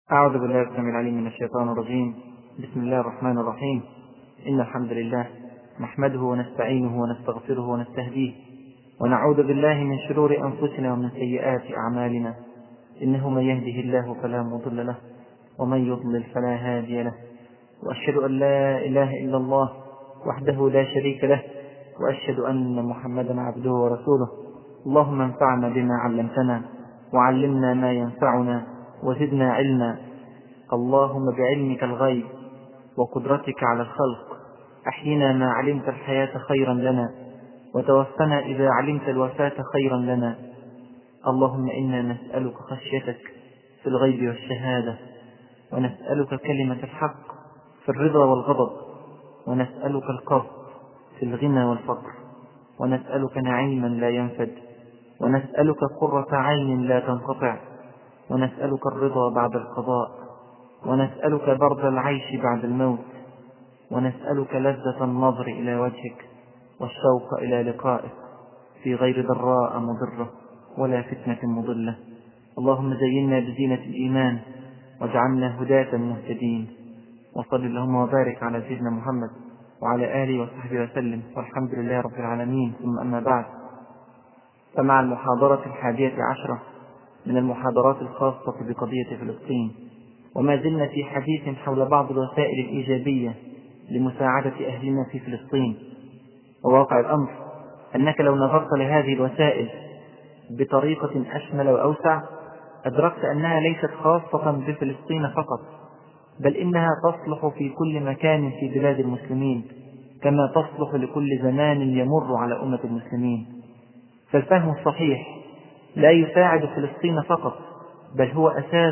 أعوذ بالله السميع العليم من الشيطان الرجيم. بسم الله الرحمن الرحيم. إن الحمد لله نحمده ونستعينه ونستغفره ونستهديه، ونعوذ بالله من شرور أنفسنا ومن سيئات أعمالنا. إنه من يهده الله فلا مضل له، ومن يضلل فلا هادي له، وأشهد أن لا إله إلا الله وحده لا شريك له، وأشهد أن محمدا عبده ورسوله. اللهم انفعنا بما علمتنا، وعلمنا ما ينفعنا، وزدنا علما. اللهم بعلمك الغيب وقدرتك على الخلق أحينا ما علمت الحياة خيرا لنا، وتوفنا إذا علمت الوفاة خيرا لنا. اللهم إنا نسألك خشيتك في الغيب والشهادة، ونسألك كلمة الحق في الرضا والغضب، ونسألك القرب في الغنى والفقر، ونسألك نعيما لا ينفد، ونسألك قرة عين لا تنقطع، ونسألك الرضا بعد القضاء، ونسألك برد العيش بعد الموت، ونسألك لذة النظر إلى وجهك والشوق إلى لقائك في غير ضراء مضرة ولا فتنة مضلة. اللهم زينا بزينة الإيمان واجعلنا هداة مهتدين. وصل اللهم وبارك على سيدنا محمد وعلى آله وصحبه وسلم، والحمد لله رب العالمين. ثم أما بعد، فمع المحاضرة 11 من المحاضرات الخاصة بقضية فلسطين، وما زلنا في حديث حول بعض الوسائل الإيجابية لمساعدة أهلنا في فلسطين. وواقع الأمر أنك لو نظرت لهذه الوسائل بطريقة أشمل وأوسع أدركت أنها ليست خاصة بفلسطين فقط، بل إنها تصلح في كل مكان في بلاد المسلمين، كما تصلح لكل زمان يمر على أمة المسلمين. فالفهم الصحيح لا يساعد فلسطين فقط، بل هو أساس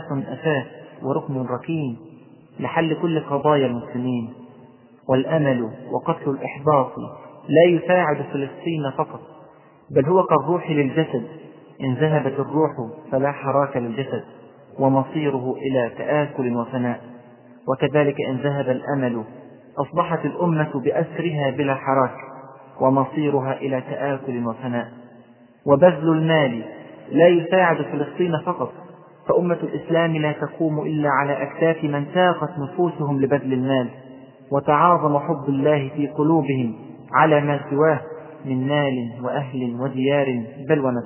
وركن ركين لحل كل قضايا المسلمين. والأمل وقتل الإحباط لا يساعد فلسطين فقط، بل هو كالروح للجسد، إن ذهبت الروح فلا حراك للجسد، ومصيره إلى تآكل وفناء. وكذلك إن ذهب الأمل أصبحت الأمة بأسرها بلا حراك، ومصيرها إلى تآكل وفناء. وبذل المال لا يساعد فلسطين فقط، فأمة الإسلام لا تقوم إلا على أكتاف من ساقت نفوسهم لبذل المال، وتعاظم حب الله في قلوبهم على ما سواه من مال وأهل وديار بل ونفس.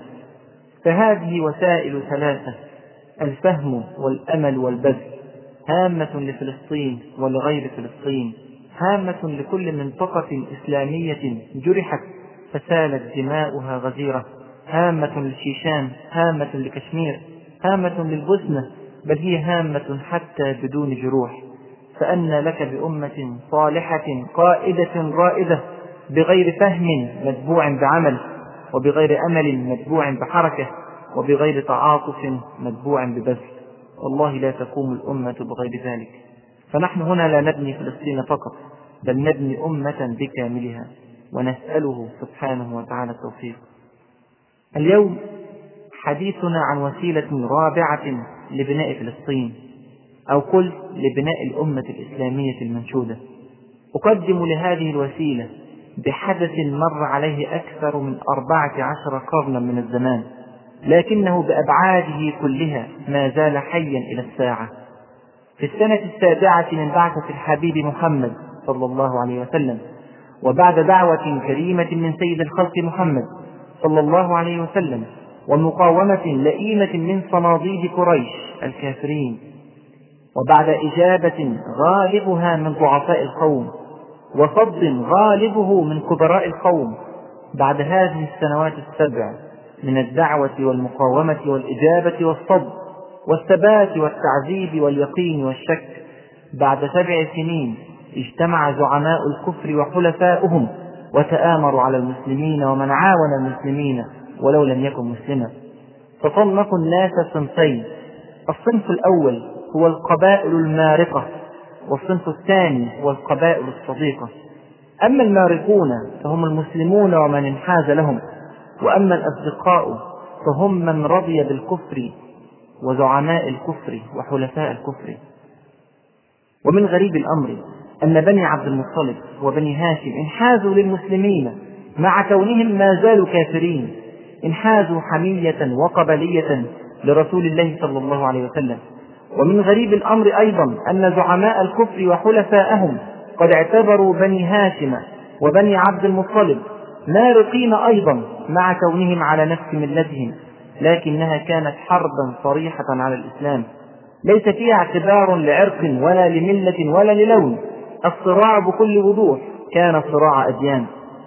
فهذه وسائل ثلاثة: الفهم والأمل والبذل، هامة لفلسطين ولغير فلسطين، هامة لكل منطقة إسلامية جرحت فسالت دماؤها غزيرة، هامة للشيشان، هامة لكشمير، هامة للبوسنة، بل هي هامة حتى بدون جروح. فأن لك بأمة صالحة قائدة رائدة بغير فهم متبوع بعمل، وبغير أمل متبوع بحركة، وبغير تعاطف متبوع ببذل. والله لا تقوم الأمة بغير ذلك. فنحن هنا لا نبني فلسطين فقط، بل نبني أمة بكاملها، ونسأله سبحانه وتعالى التوفيق. اليوم حديثنا عن وسيلة رابعة لبناء فلسطين، أو قل لبناء الأمة الإسلامية المنشودة. أقدم لهذه الوسيلة بحدث مر عليه أكثر من 14 قرنا من الزمان، لكنه بأبعاده كلها ما زال حيا إلى الساعة. في السنة 7 من بعثة الحبيب محمد صلى الله عليه وسلم، وبعد دعوة كريمة من سيد الخلق محمد صلى الله عليه وسلم، ومقاومة لئيمة من صناديد قريش الكافرين، وبعد إجابة غالبها من ضعفاء القوم، وصد غالبه من كبراء القوم، بعد هذه السنوات 7 من الدعوة والمقاومة والإجابة والصد والثبات والتعذيب واليقين والشك، بعد 7 سنين اجتمع زعماء الكفر وحلفاؤهم وتآمروا على المسلمين ومن عاون المسلمين ولو لم يكن مسلما. فصنفوا الناس صنفين: الصنف الأول هو القبائل المارقة، والصنف الثاني هو القبائل الصديقة. أما المارقون فهم المسلمون ومن انحاز لهم، وأما الأصدقاء فهم من رضي بالكفر وزعماء الكفر وحلفاء الكفر. ومن غريب الأمر أن بني عبد المطلب وبني هاشم انحازوا للمسلمين مع كونهم ما زالوا كافرين، انحازوا حمية وقبلية لرسول الله صلى الله عليه وسلم، ومن غريب الأمر أيضا أن زعماء الكفر وحلفاءهم قد اعتبروا بني هاشم وبني عبد المطلب مارقين أيضا مع كونهم على نفس ملتهم، لكنها كانت حربا صريحة على الإسلام ليس فيها اعتبار لعرق ولا لملة ولا للون. الصراع بكل وضوح كان صراع أديان.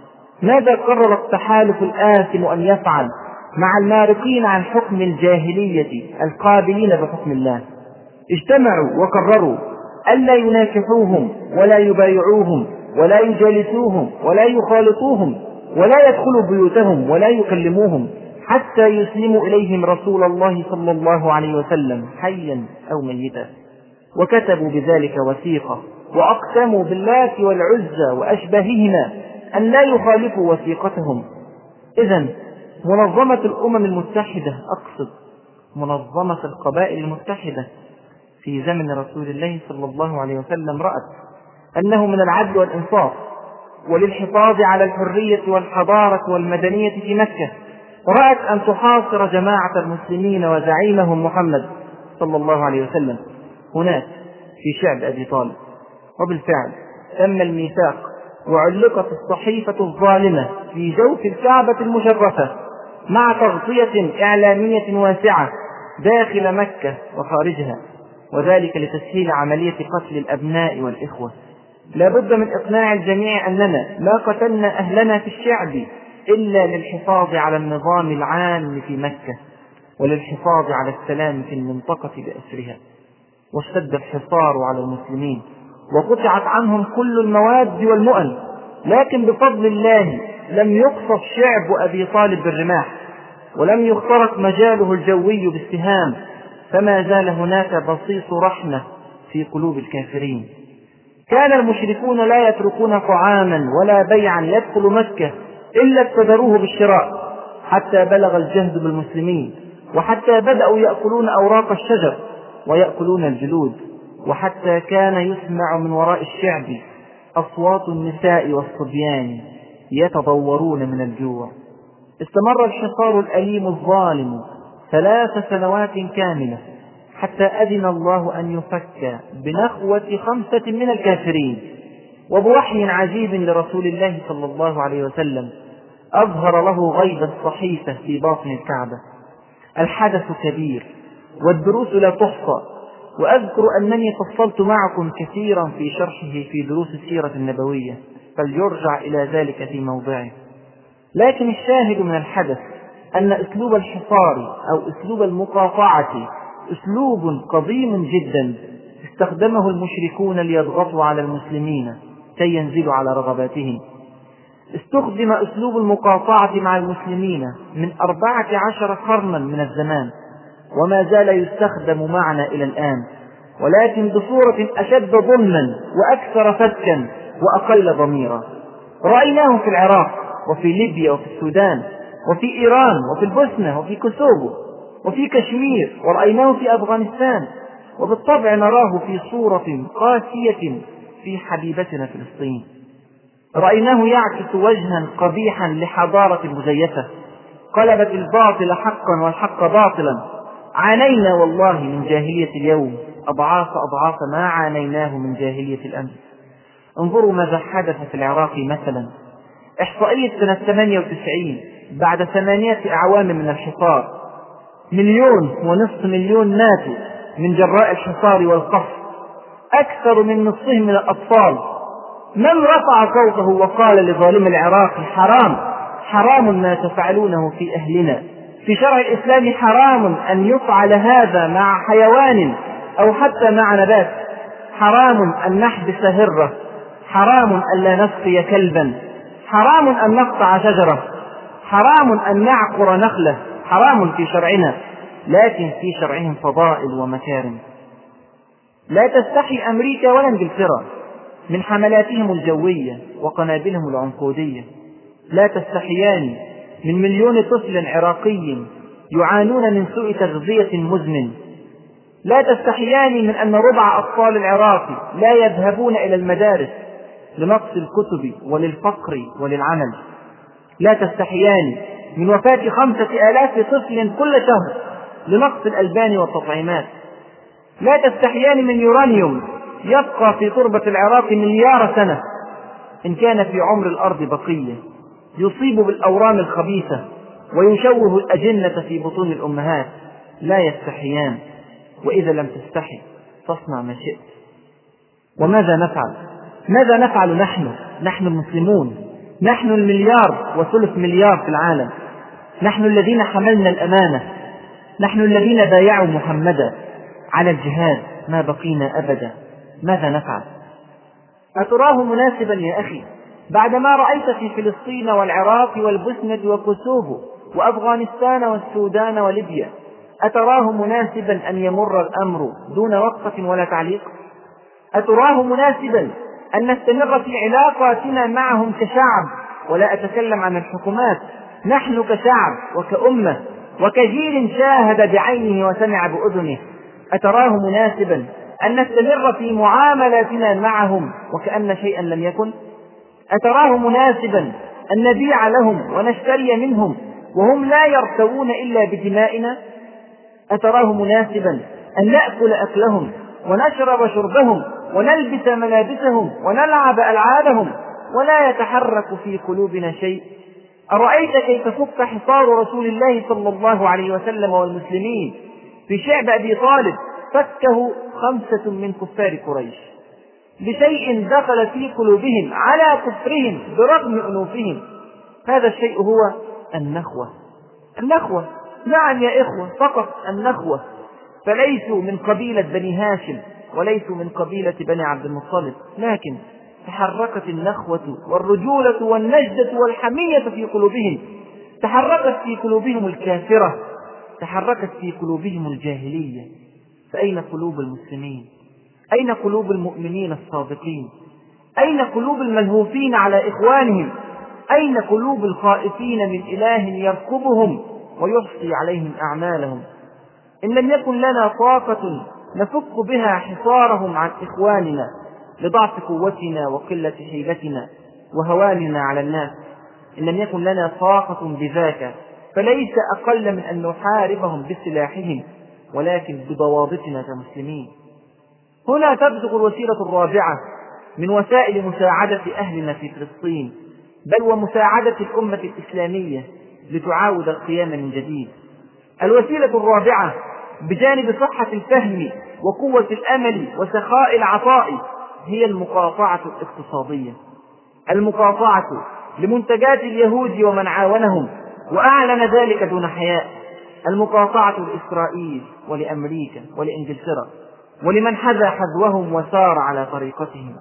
ماذا قرر التحالف الآثم أن يفعل مع المارقين عن حكم الجاهلية القابلين بحكم الله؟ اجتمعوا وقرروا ألا يناكحوهم ولا يبايعوهم ولا يجالسوهم ولا يخالطوهم ولا يدخلوا بيوتهم ولا يكلموهم حتى يسلموا إليهم رسول الله صلى الله عليه وسلم حيا أو ميتا. وكتبوا بذلك وثيقة وأقسموا باللات والعزى وأشباههما أن لا يخالفوا وثيقتهم. إذن منظمة الأمم المتحدة، أقصد منظمة القبائل المتحدة في زمن رسول الله صلى الله عليه وسلم، رأت أنه من العدل والإنصاف وللحفاظ على الحرية والحضارة والمدنية في مكة، رأت أن تحاصر جماعة المسلمين وزعيمهم محمد صلى الله عليه وسلم هناك في شعب أبي طالب. وبالفعل تم الميثاق وعلقت الصحيفة الظالمة في جوف الكعبة المشرفة مع تغطية إعلامية واسعة داخل مكة وخارجها، وذلك لتسهيل عملية قتل الأبناء والإخوة. لا بد من إقناع الجميع أننا ما قتلنا أهلنا في الشعب إلا للحفاظ على النظام العام في مكة وللحفاظ على السلام في المنطقة بأسرها. واشتد الحصار على المسلمين وقطعت عنهم كل المواد والمؤن، لكن بفضل الله لم يقصف شعب أبي طالب بالرماح ولم يخترق مجاله الجوي بالسهام، فما زال هناك بصيص رحمة في قلوب الكافرين. كان المشركون لا يتركون طعاما ولا بيعا يدخل مكة إلا ابتدروه بالشراء، حتى بلغ الجهد بالمسلمين، وحتى بدأوا يأكلون أوراق الشجر ويأكلون الجلود، وحتى كان يسمع من وراء الشعب أصوات النساء والصبيان يتضورون من الجوع. استمر الحصار الأليم الظالم 3 سنوات كاملة حتى أذن الله أن يفك بنخوة 5 من الكافرين، وبوحي عجيب لرسول الله صلى الله عليه وسلم أظهر له غيب الصحيفة في باطن الكعبة. الحدث كبير والدروس لا تحصى، وأذكر أنني فصلت معكم كثيرا في شرحه في دروس السيرة النبوية، فليرجع إلى ذلك في موضعه. لكن الشاهد من الحدث أن أسلوب الحصار أو أسلوب المقاطعة أسلوب قديم جدا استخدمه المشركون ليضغطوا على المسلمين كي ينزلوا على رغباتهم. استخدم أسلوب المقاطعة مع المسلمين من 14 قرنا من الزمان، وما زال يستخدم معنا إلى الآن، ولكن بصورة أشد ظلما وأكثر فتكا وأقل ضميرا. رأيناه في العراق وفي ليبيا وفي السودان وفي إيران وفي البوسنة وفي كوسوفو وفي كشمير، ورأيناه في أفغانستان، وبالطبع نراه في صورة قاسية في حبيبتنا فلسطين. رأيناه يعكس وجها قبيحا لحضارة مزيفة قلبت الباطل حقا والحق باطلا. عانينا والله من جاهلية اليوم أضعاف ما عانيناه من جاهلية الأمس. انظروا ماذا حدث في العراق مثلا. إحصائية سنة 98 بعد 8 أعوام من الحصار 1.5 مليون ماتوا من جراء الحصار والقصف، أكثر من نصفهم من الأطفال. من رفع صوته وقال لظالم العراق حرام ما تفعلونه في أهلنا؟ في شرع الإسلام حرام أن يفعل هذا مع حيوان أو حتى مع نبات، حرام أن نحبس هرة، حرام أن لا نسقي كلبا، حرام أن نقطع شجرة، حرام أن نعقر نخلة، حرام في شرعنا، لكن في شرعهم فضائل ومكارم. لا تستحي أمريكا ولا انجلترا من حملاتهم الجوية وقنابلهم العنقودية، لا تستحيان من 1,000,000 طفل عراقي يعانون من سوء تغذية مزمن، لا تستحيان من أن ربع أطفال العراق لا يذهبون إلى المدارس لنقص الكتب وللفقر وللعمل، لا تستحيان من وفاة 5,000 طفل كل شهر لنقص الألبان والتطعيمات. لا تستحيان من يورانيوم يبقى في تربة العراق مليار سنة إن كان في عمر الأرض بقية، يصيب بالأورام الخبيثة ويشوه الأجنة في بطون الأمهات. لا يستحيان، وإذا لم تستحي فاصنع ما شئت. وماذا نفعل؟ ماذا نفعل نحن المسلمون، نحن المليار وثلث مليار في العالم، نحن الذين حملنا الأمانة، نحن الذين بايعوا محمدا على الجهاد ما بقينا أبدا. ماذا نفعل؟ أتراه مناسبا يا أخي بعدما رأيت في فلسطين والعراق والبوسنة وكوسوفو وأفغانستان والسودان وليبيا، أتراه مناسبا أن يمر الأمر دون وقفة ولا تعليق؟ أتراه مناسبا أن نستمر في علاقاتنا معهم كشعب، ولا أتكلم عن الحكومات، نحن كشعب وكأمة وكجيل شاهد بعينه وسمع بأذنه، أتراه مناسبا أن نستمر في معاملاتنا معهم وكأن شيئا لم يكن؟ أتراه مناسبا أن نبيع لهم ونشتري منهم وهم لا يرتوون إلا بدمائنا؟ أتراه مناسبا أن نأكل أكلهم ونشرب شربهم ونلبس ملابسهم ونلعب ألعابهم ولا يتحرك في قلوبنا شيء؟ أرأيت كيف فك حصار رسول الله صلى الله عليه وسلم والمسلمين في شعب أبي طالب؟ فكه 5 من كفار قريش بشيء دخل في قلوبهم على كفرهم برغم أنوفهم. هذا الشيء هو النخوة. نعم يا إخوة، فقط النخوة. فليسوا من قبيلة بني هاشم وليسوا من قبيلة بني عبد المطلب، لكن تحركت النخوة والرجولة والنجدة والحمية في قلوبهم، تحركت في قلوبهم الكافرة، تحركت في قلوبهم الجاهلية. فأين قلوب المسلمين؟ أين قلوب المؤمنين الصادقين؟ أين قلوب الملهوفين على إخوانهم؟ أين قلوب الخائفين من إله يرقبهم ويحصي عليهم أعمالهم؟ إن لم يكن لنا طاقة نفك بها حصارهم عن إخواننا لضعف قوتنا وقلة حيلتنا وهواننا على الناس، إن لم يكن لنا طاقة بذاك، فليس أقل من أن نحاربهم بسلاحهم ولكن بضوابطنا كمسلمين. هنا تبدأ الوسيلة الرابعة من وسائل مساعدة أهلنا في فلسطين، بل ومساعدة الأمة الإسلامية لتعاود القيام من جديد. الوسيلة الرابعة بجانب صحة الفهم وقوة الأمل وسخاء العطاء هي المقاطعة الاقتصادية، المقاطعة لمنتجات اليهود ومن عاونهم وأعلن ذلك دون حياء، المقاطعة لإسرائيل ولأمريكا ولإنجلترا ولمن حذا حذوهم وسار على طريقتهم.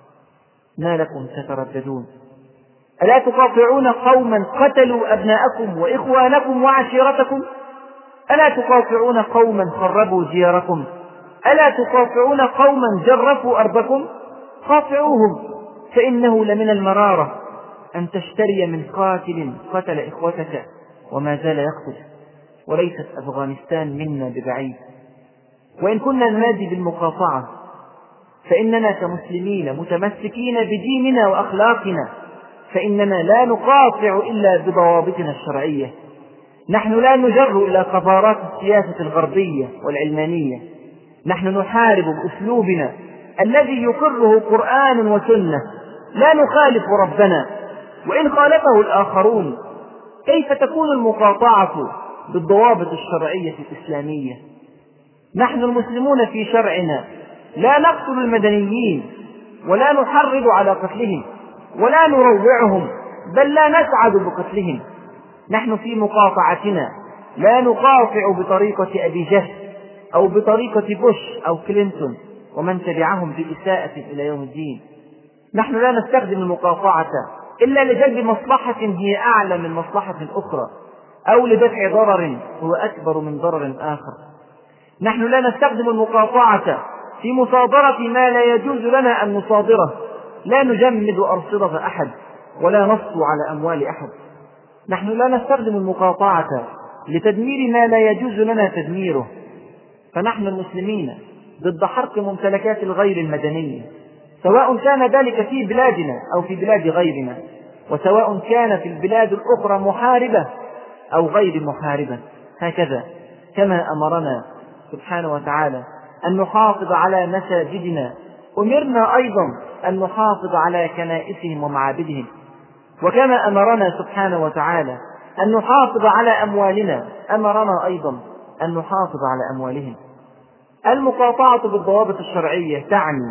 ما لكم تترددون؟ ألا تقاطعون قوما قتلوا أبناءكم وإخوانكم وعشيرتكم؟ ألا تقاطعون قوما خربوا دياركم؟ ألا تقاطعون قوما جرفوا أرضكم؟ قاطعوهم، فإنه لمن المرارة أن تشتري من قاتل قتل إخوتك وما زال يقتل، وليست أفغانستان منا ببعيد. وإن كنا ننادي بالمقاطعة فإننا كمسلمين متمسكين بديننا وأخلاقنا فإننا لا نقاطع إلا بضوابطنا الشرعية. نحن لا نجر إلى قذارات السياسة الغربية والعلمانية، نحن نحارب بأسلوبنا الذي يقره قرآن وسنة، لا نخالف ربنا وإن خالفه الآخرون. كيف تكون المقاطعة بالضوابط الشرعية الإسلامية؟ نحن المسلمون في شرعنا لا نقتل المدنيين ولا نحرض على قتلهم ولا نروعهم، بل لا نسعد بقتلهم. نحن في مقاطعتنا لا نقاطع بطريقة أبي جهل أو بطريقة بوش أو كلينتون ومن تبعهم بإساءة إلى يوم الدين. نحن لا نستخدم المقاطعة إلا لجلب مصلحة هي أعلى من مصلحة أخرى أو لدفع ضرر هو أكبر من ضرر آخر. نحن لا نستخدم المقاطعة في مصادرة ما لا يجوز لنا أن نصادره، لا نجمد أرصدة أحد ولا نصو على أموال أحد. نحن لا نستخدم المقاطعة لتدمير ما لا يجوز لنا تدميره. فنحن المسلمين ضد حرق ممتلكات الغير المدنية، سواء كان ذلك في بلادنا أو في بلاد غيرنا، وسواء كان في البلاد الأخرى محاربة أو غير محاربة، هكذا كما أمرنا سبحانه وتعالى أن نحافظ على مساجدنا، أمرنا أيضا أن نحافظ على كنائسهم ومعابدهم. وكما أمرنا سبحانه وتعالى أن نحافظ على أموالنا، أمرنا أيضا أن نحافظ على أموالهم. المقاطعة بالضوابط الشرعية تعني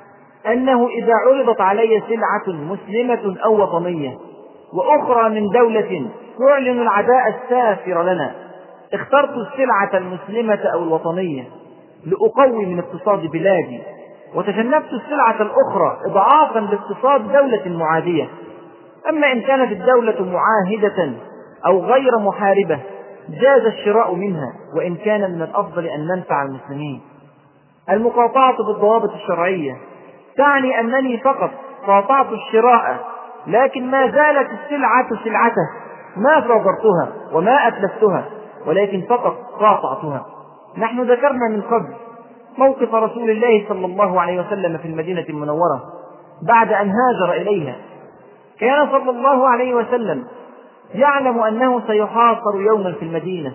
أنه إذا عرضت علي سلعة مسلمة أو وطنية وأخرى من دولة تعلن العداء السافر لنا، اخترت السلعة المسلمة أو الوطنية لأقوي من اقتصاد بلادي، وتجنبت السلعة الأخرى إضعافا لاقتصاد دولة معادية. أما إن كانت الدولة معاهدة أو غير محاربة جاز الشراء منها، وإن كان من الأفضل أن ننفع المسلمين. المقاطعة بالضوابط الشرعية تعني أنني فقط قاطعت الشراء، لكن ما زالت السلعة سلعته، ما صادرتها وما أتلفتها، ولكن فقط قاطعتها. نحن ذكرنا من قبل موقف رسول الله صلى الله عليه وسلم في المدينة المنورة بعد أن هاجر إليها. كان صلى الله عليه وسلم يعلم أنه سيحاصر يوما في المدينة،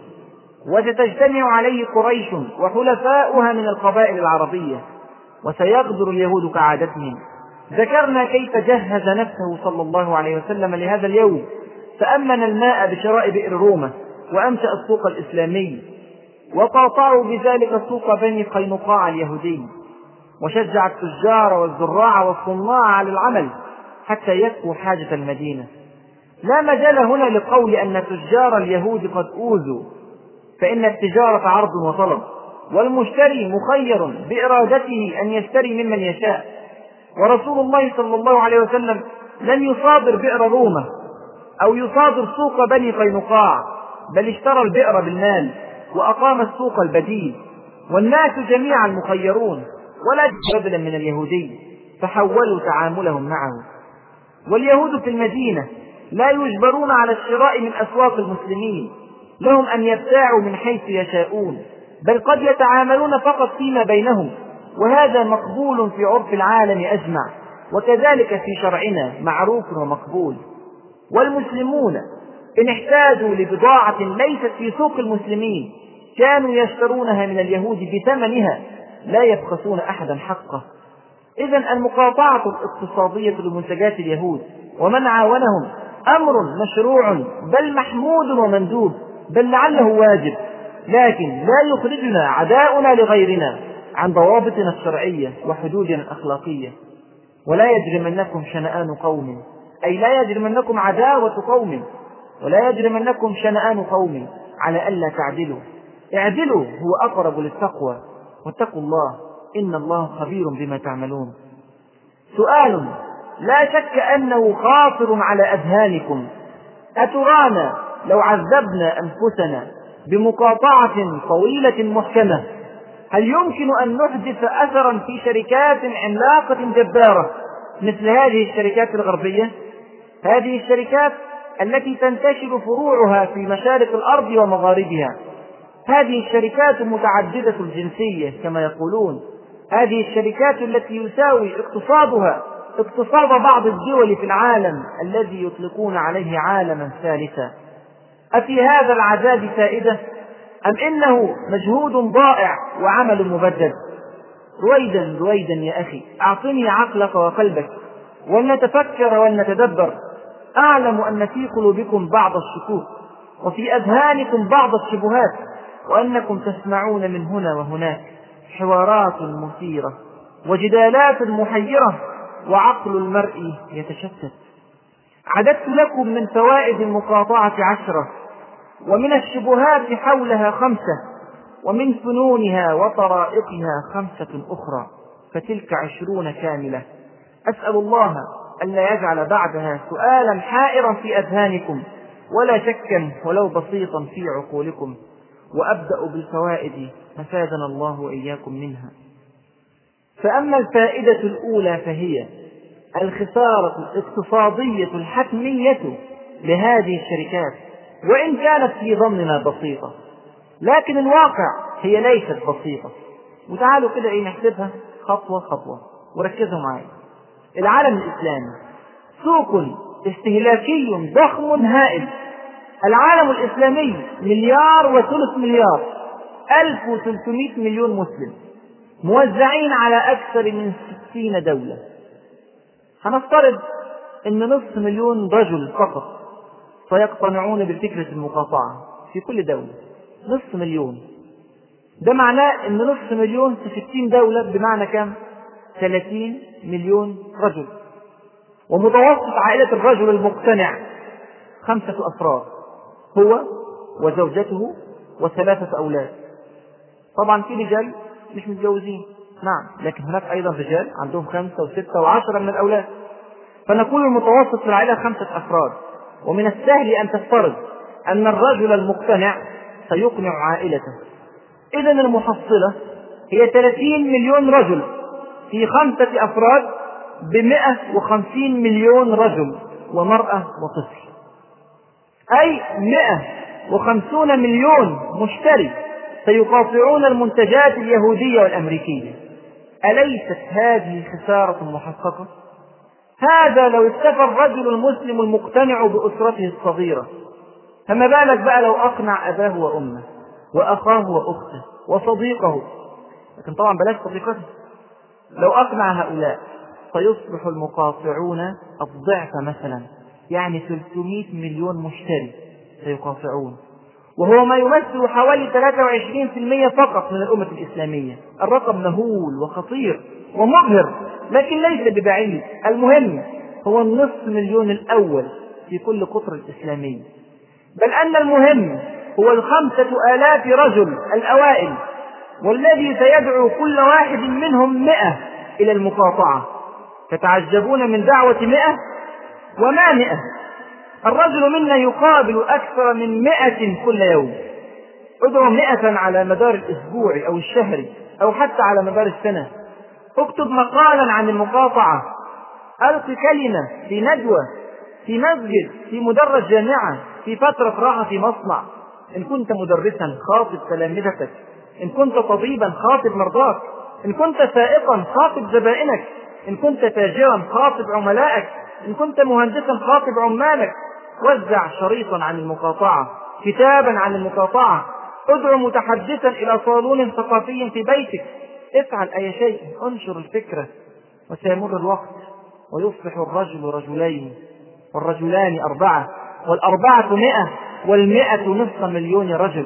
وستجتمع عليه قريش وحلفاؤها من القبائل العربية، وسيغدر اليهود كعادتهم. ذكرنا كيف جهز نفسه صلى الله عليه وسلم لهذا اليوم، فأمن الماء بشراء بئر رومة، وأنشأ السوق الإسلامي، وقاطعوا بذلك سوق بني قينقاع اليهودي، وشجع التجار والزراع والصناع على العمل حتى يكفوا حاجة المدينة. لا مجال هنا لقول أن تجار اليهود قد أوذوا، فإن التجارة عرض وطلب، والمشتري مخير بإرادته أن يشتري ممن يشاء. ورسول الله صلى الله عليه وسلم لم يصادر بئر رومة أو يصادر سوق بني قينقاع، بل اشترى البئر بالمال وأقام السوق البديل، والناس جميعا مخيرون، ولا بدلا من اليهودي، فحولوا تعاملهم معه. واليهود في المدينة لا يجبرون على الشراء من أسواق المسلمين، لهم أن يبتاعوا من حيث يشاءون، بل قد يتعاملون فقط فيما بينهم، وهذا مقبول في عرف العالم أجمع، وكذلك في شرعنا معروف ومقبول. والمسلمون إن احتاجوا لبضاعة ليست في سوق المسلمين كانوا يشترونها من اليهود بثمنها، لا يبخسون أحدا حقه. إذن المقاطعة الاقتصادية لمنتجات اليهود ومن عاونهم أمر مشروع، بل محمود ومندوب، بل لعله واجب، لكن لا يخرجنا عداؤنا لغيرنا عن ضوابطنا الشرعية وحدودنا الأخلاقية. ولا يجرمنكم شنآن قوم، أي لا يجرمنكم عداوة قوم، ولا يجرمنكم شنآن قوم على ألا تعدلوا، اعدلوا هو أقرب للتقوى، واتقوا الله إن الله خبير بما تعملون. سؤال لا شك أنه خاطر على أذهانكم: أترانا لو عذبنا أنفسنا بمقاطعة طويلة محكمة هل يمكن أن نحدث أثرا في شركات عملاقة جبارة مثل هذه الشركات الغربية؟ هذه الشركات التي تنتشر فروعها في مشارق الأرض ومغاربها، هذه الشركات متعددة الجنسية كما يقولون، هذه الشركات التي يساوي اقتصادها اقتصاد بعض الدول في العالم الذي يطلقون عليه عالما ثالثا. أفي هذا العذاب فائدة أم إنه مجهود ضائع وعمل مبدد؟ رويدا رويدا يا أخي، أعطني عقلك وقلبك ولنتفكر ولنتدبر. أعلم أن في قلوبكم بعض الشكوك وفي أذهانكم بعض الشبهات، وأنكم تسمعون من هنا وهناك حوارات مثيرة وجدالات محيرة، وعقل المرء يتشتت. عددت لكم من فوائد المقاطعة 10، ومن الشبهات حولها 5، ومن فنونها وطرائقها 5 أخرى، فتلك 20 كاملة. أسأل الله أن لا يجعل بعدها سؤالا حائرا في أذهانكم ولا شكا ولو بسيطا في عقولكم. وأبدأ بالفوائد ففادنا الله وإياكم منها. فأما الفائدة الأولى فهي الخسارة الاقتصادية الحتمية لهذه الشركات، وإن كانت في ظننا بسيطة، لكن الواقع هي ليست بسيطة. وتعالوا كده نحسبها خطوة خطوة وركزوا معي. العالم الإسلامي سوق استهلاكي ضخم هائل. العالم الإسلامي 1.3 مليار، 1300 مليون مسلم، موزعين على أكثر من 60 دولة. هنفترض أن 500,000 رجل فقط سيقتنعون بفكرة المقاطعة في كل دولة. 500,000، ده معناه أن 500,000 في 60 دولة بمعنى كم؟ 30 مليون رجل. ومتوسط عائلة الرجل المقتنع 5 أفراد، هو وزوجته و3 أولاد. طبعا في رجال مش متجوزين، نعم، لكن هناك أيضا رجال عندهم 5 و6 و10 من الأولاد. فنقول المتوسط في العائلة 5 أفراد. ومن السهل أن تفترض أن الرجل المقتنع سيقنع عائلته. إذن المحصلة هي 30 مليون رجل في 5 أفراد ب150 مليون رجل ومرأة وطفل، أي 150 مليون مشتري سيقاطعون المنتجات اليهودية والأمريكية. أليست هذه خسارة محققة؟ هذا لو اكتفى الرجل المسلم المقتنع بأسرته الصغيرة، فما بالك بقى لو أقنع أباه وأمه وأخاه وأخته وصديقه، لكن طبعا بلاش صديقته. لو أقنع هؤلاء سيصبح المقاطعون الضعف مثلا، يعني 300 مليون مشتري سيقاطعون، وهو ما يمثل حوالي 23% فقط من الأمة الإسلامية. الرقم مهول وخطير ومبهر، لكن ليس ببعيد. المهم هو 500,000 الأول في كل قطر الإسلامي، بل أن المهم هو 5,000 رجل الأوائل، والذي سيدعو كل واحد منهم 100 إلى المقاطعة. تتعجبون من دعوة 100 وما 100؟ الرجل منا يقابل أكثر من 100 كل يوم. ادعو 100 على مدار الأسبوع أو الشهر أو حتى على مدار السنة. اكتب مقالا عن المقاطعة، ألق كلمة في ندوة، في مسجد، في مدرج جامعة، في فترة راحة في مصنع. إن كنت مدرسا خاطب تلامذتك، إن كنت طبيبا خاطب مرضاك، إن كنت سائقا خاطب زبائنك، إن كنت تاجرا خاطب عملائك، إن كنت مهندسا خاطب عمالك. وزع شريطا عن المقاطعة، كتابا عن المقاطعة، ادعو متحدثا إلى صالون ثقافي في بيتك. افعل أي شيء، انشر الفكرة، وسيمر الوقت ويصبح الرجل رجلين، والرجلان 4، وال4 100، وال100 نصف مليون رجل.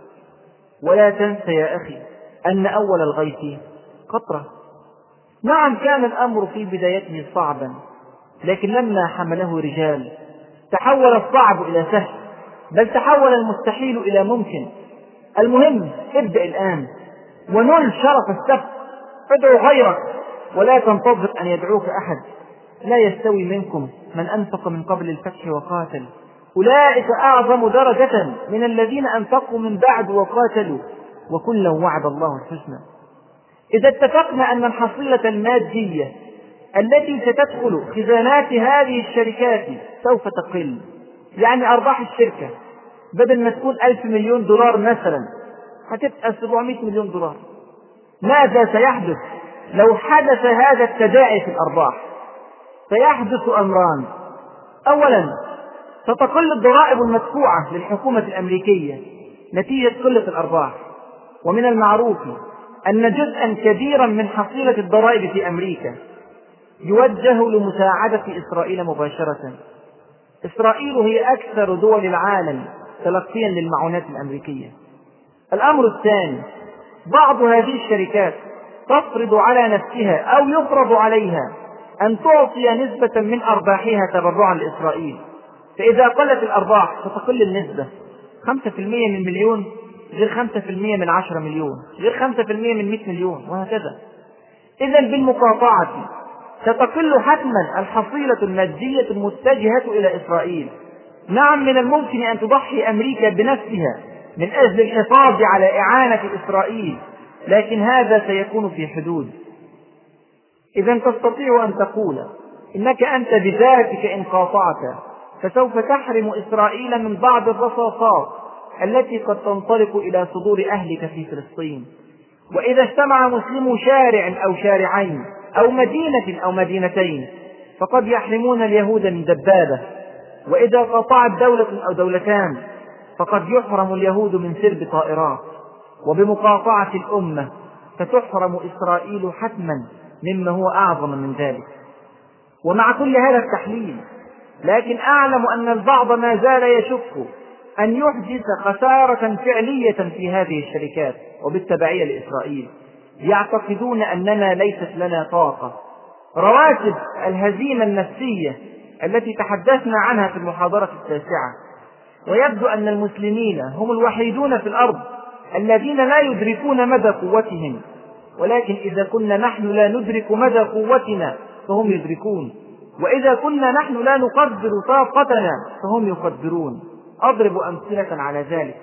ولا تنس يا أخي أن أول الغيث قطرة. نعم، كان الأمر في بدايته صعبا، لكن لما حمله رجال تحول الصعب إلى سهل، بل تحول المستحيل إلى ممكن. المهم ابدأ الآن ونل شرف السبت. ادعو غيرك ولا تنتظر أن يدعوك أحد. لا يستوي منكم من أنفق من قبل الفتح وقاتل، أولئك أعظم درجة من الذين أنفقوا من بعد وقاتلوا، وكلا وعد الله الحسنى. إذا اتفقنا أن الحصيلة المادية التي ستدخل خزانات هذه الشركات سوف تقل، يعني أرباح الشركة بدل ما تكون 1000 مليون دولار مثلا هتبقى 700 مليون دولار. ماذا سيحدث لو حدث هذا التداعي في الأرباح؟ سيحدث أمران. أولا، ستقل الضرائب المدفوعة للحكومة الأمريكية نتيجة قلة الأرباح. ومن المعروف أن جزءا كبيرا من حصيلة الضرائب في أمريكا يوجه لمساعدة إسرائيل مباشرة. إسرائيل هي أكثر دول العالم تلقيا للمعونات الأمريكية. الأمر الثاني، بعض هذه الشركات تفرض على نفسها أو يفرض عليها أن تعطي نسبة من أرباحها تبرعا لإسرائيل. فإذا قلت الأرباح ستقل النسبة. 5% من مليون غير 5% من 10 مليون غير 5% من 100 مليون وهكذا. إذن بالمقاطعة ستقل حتما الحصيلة المادية المتجهة إلى إسرائيل. نعم، من الممكن أن تضحي أمريكا بنفسها من أجل الحفاظ على إعانة إسرائيل، لكن هذا سيكون في حدود. إذن تستطيع أن تقول إنك أنت بذاتك إن قاطعت فسوف تحرم إسرائيل من بعض الرصاصات التي قد تنطلق إلى صدور أهلك في فلسطين. وإذا اجتمع مسلمو شارع أو شارعين أو مدينة أو مدينتين فقد يحرمون اليهود من دبابة. وإذا قاطعت دولة أو دولتان فقد يحرم اليهود من سرب طائرات. وبمقاطعة الأمة ستحرم إسرائيل حتما مما هو أعظم من ذلك. ومع كل هذا التحليل، لكن أعلم أن البعض ما زال يشك أن يحدث خسارة فعلية في هذه الشركات وبالتبعية لإسرائيل. يعتقدون أننا ليست لنا طاقة. رواتب الهزيمة النفسية التي تحدثنا عنها في المحاضرة التاسعة، ويبدو أن المسلمين هم الوحيدون في الأرض الذين لا يدركون مدى قوتهم، ولكن إذا كنا نحن لا ندرك مدى قوتنا فهم يدركون، وإذا كنا نحن لا نقدر طاقتنا فهم يقدرون. أضرب أمثلة على ذلك.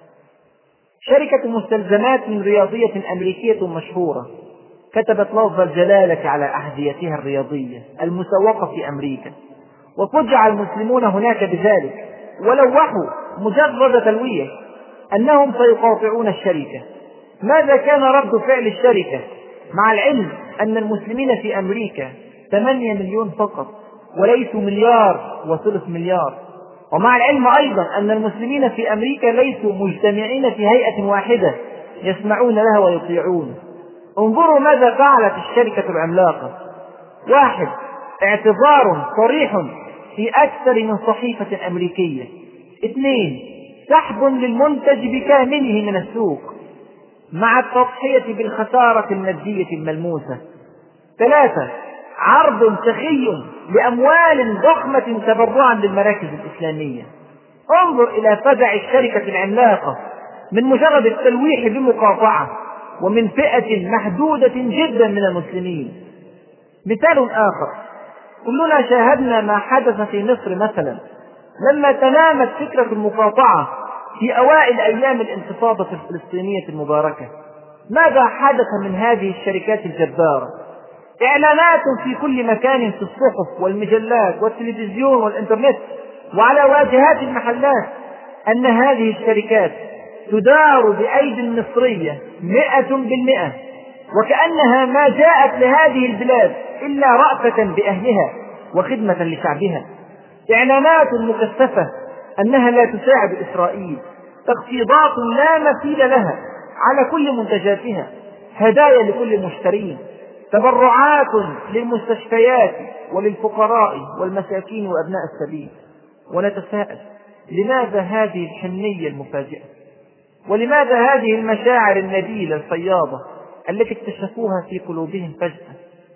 شركة مستلزمات رياضية أمريكية مشهورة كتبت لفظ الجلالة على أحذيتها الرياضية المسوقة في أمريكا، وفجع المسلمون هناك بذلك، ولوحوا مجرد تلويح أنهم سيقاطعون الشركة. ماذا كان رد فعل الشركة مع العلم أن المسلمين في أمريكا 8 مليون فقط وليسوا مليار وثلث مليار، ومع العلم أيضا أن المسلمين في أمريكا ليسوا مجتمعين في هيئة واحدة يسمعون لها ويطيعون؟ انظروا ماذا فعلت الشركة العملاقة. 1. اعتذار صريح في أكثر من صحيفة أمريكية. 2. سحب للمنتج بكامله من السوق مع التضحية بالخسارة المادية الملموسة. 3. عرض سخي لأموال ضخمة تبرعا للمراكز الإسلامية. انظر إلى فزع الشركة العملاقة من مجرد التلويح بمقاطعة ومن فئة محدودة جدا من المسلمين. مثال آخر، كلنا شاهدنا ما حدث في مصر مثلا لما تنامت فكرة المقاطعة في أوائل أيام الانتفاضة الفلسطينية المباركة. ماذا حدث من هذه الشركات الجبارة؟ إعلانات في كل مكان، في الصحف والمجلات والتلفزيون والإنترنت وعلى واجهات المحلات، أن هذه الشركات تدار بأيدي مصرية 100%، وكأنها ما جاءت لهذه البلاد إلا رأفة بأهلها وخدمة لشعبها. إعلانات مكثفة أنها لا تساعد إسرائيل، تخفيضات لا مثيل لها على كل منتجاتها، هدايا لكل مشترين، تبرعات للمستشفيات وللفقراء والمساكين وأبناء السبيل. ونتساءل، لماذا هذه الحنية المفاجئة؟ ولماذا هذه المشاعر النبيلة الفياضة التي اكتشفوها في قلوبهم فجأة؟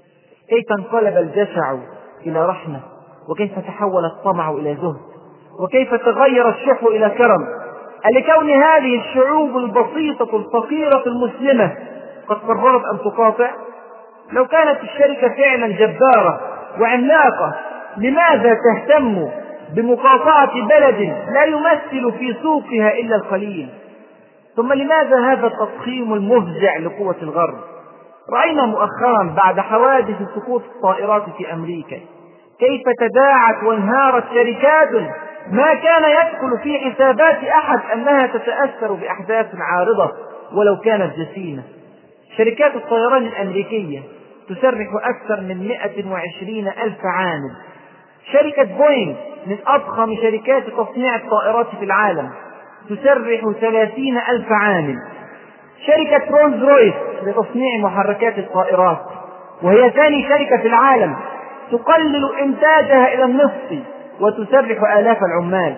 كيف انقلب الجشع إلى رحمة، وكيف تحول الطمع إلى زهد، وكيف تغير الشح إلى كرم؟ ألكون هذه الشعوب البسيطة الفقيرة المسلمة قد قررت أن تقاطع؟ لو كانت الشركة فعلا جبارة وعملاقة، لماذا تهتم بمقاطعة بلد لا يمثل في سوقها إلا القليل؟ ثم لماذا هذا التضخيم المفزع لقوة الغرب؟ رأينا مؤخرا بعد حوادث سقوط الطائرات في أمريكا كيف تداعت وانهارت شركات ما كان يدخل في حسابات أحد أنها تتأثر بأحداث عارضة ولو كانت جسيمة. شركات الطيران الأمريكية تسرح أكثر من 120,000 عامل. شركة بوينغ من أضخم شركات تصنيع الطائرات في العالم تسرح 30,000 عامل. شركة رولز رويس لتصنيع محركات الطائرات، وهي ثاني شركة في العالم، تقلل إنتاجها إلى النصف وتسرح آلاف العمال.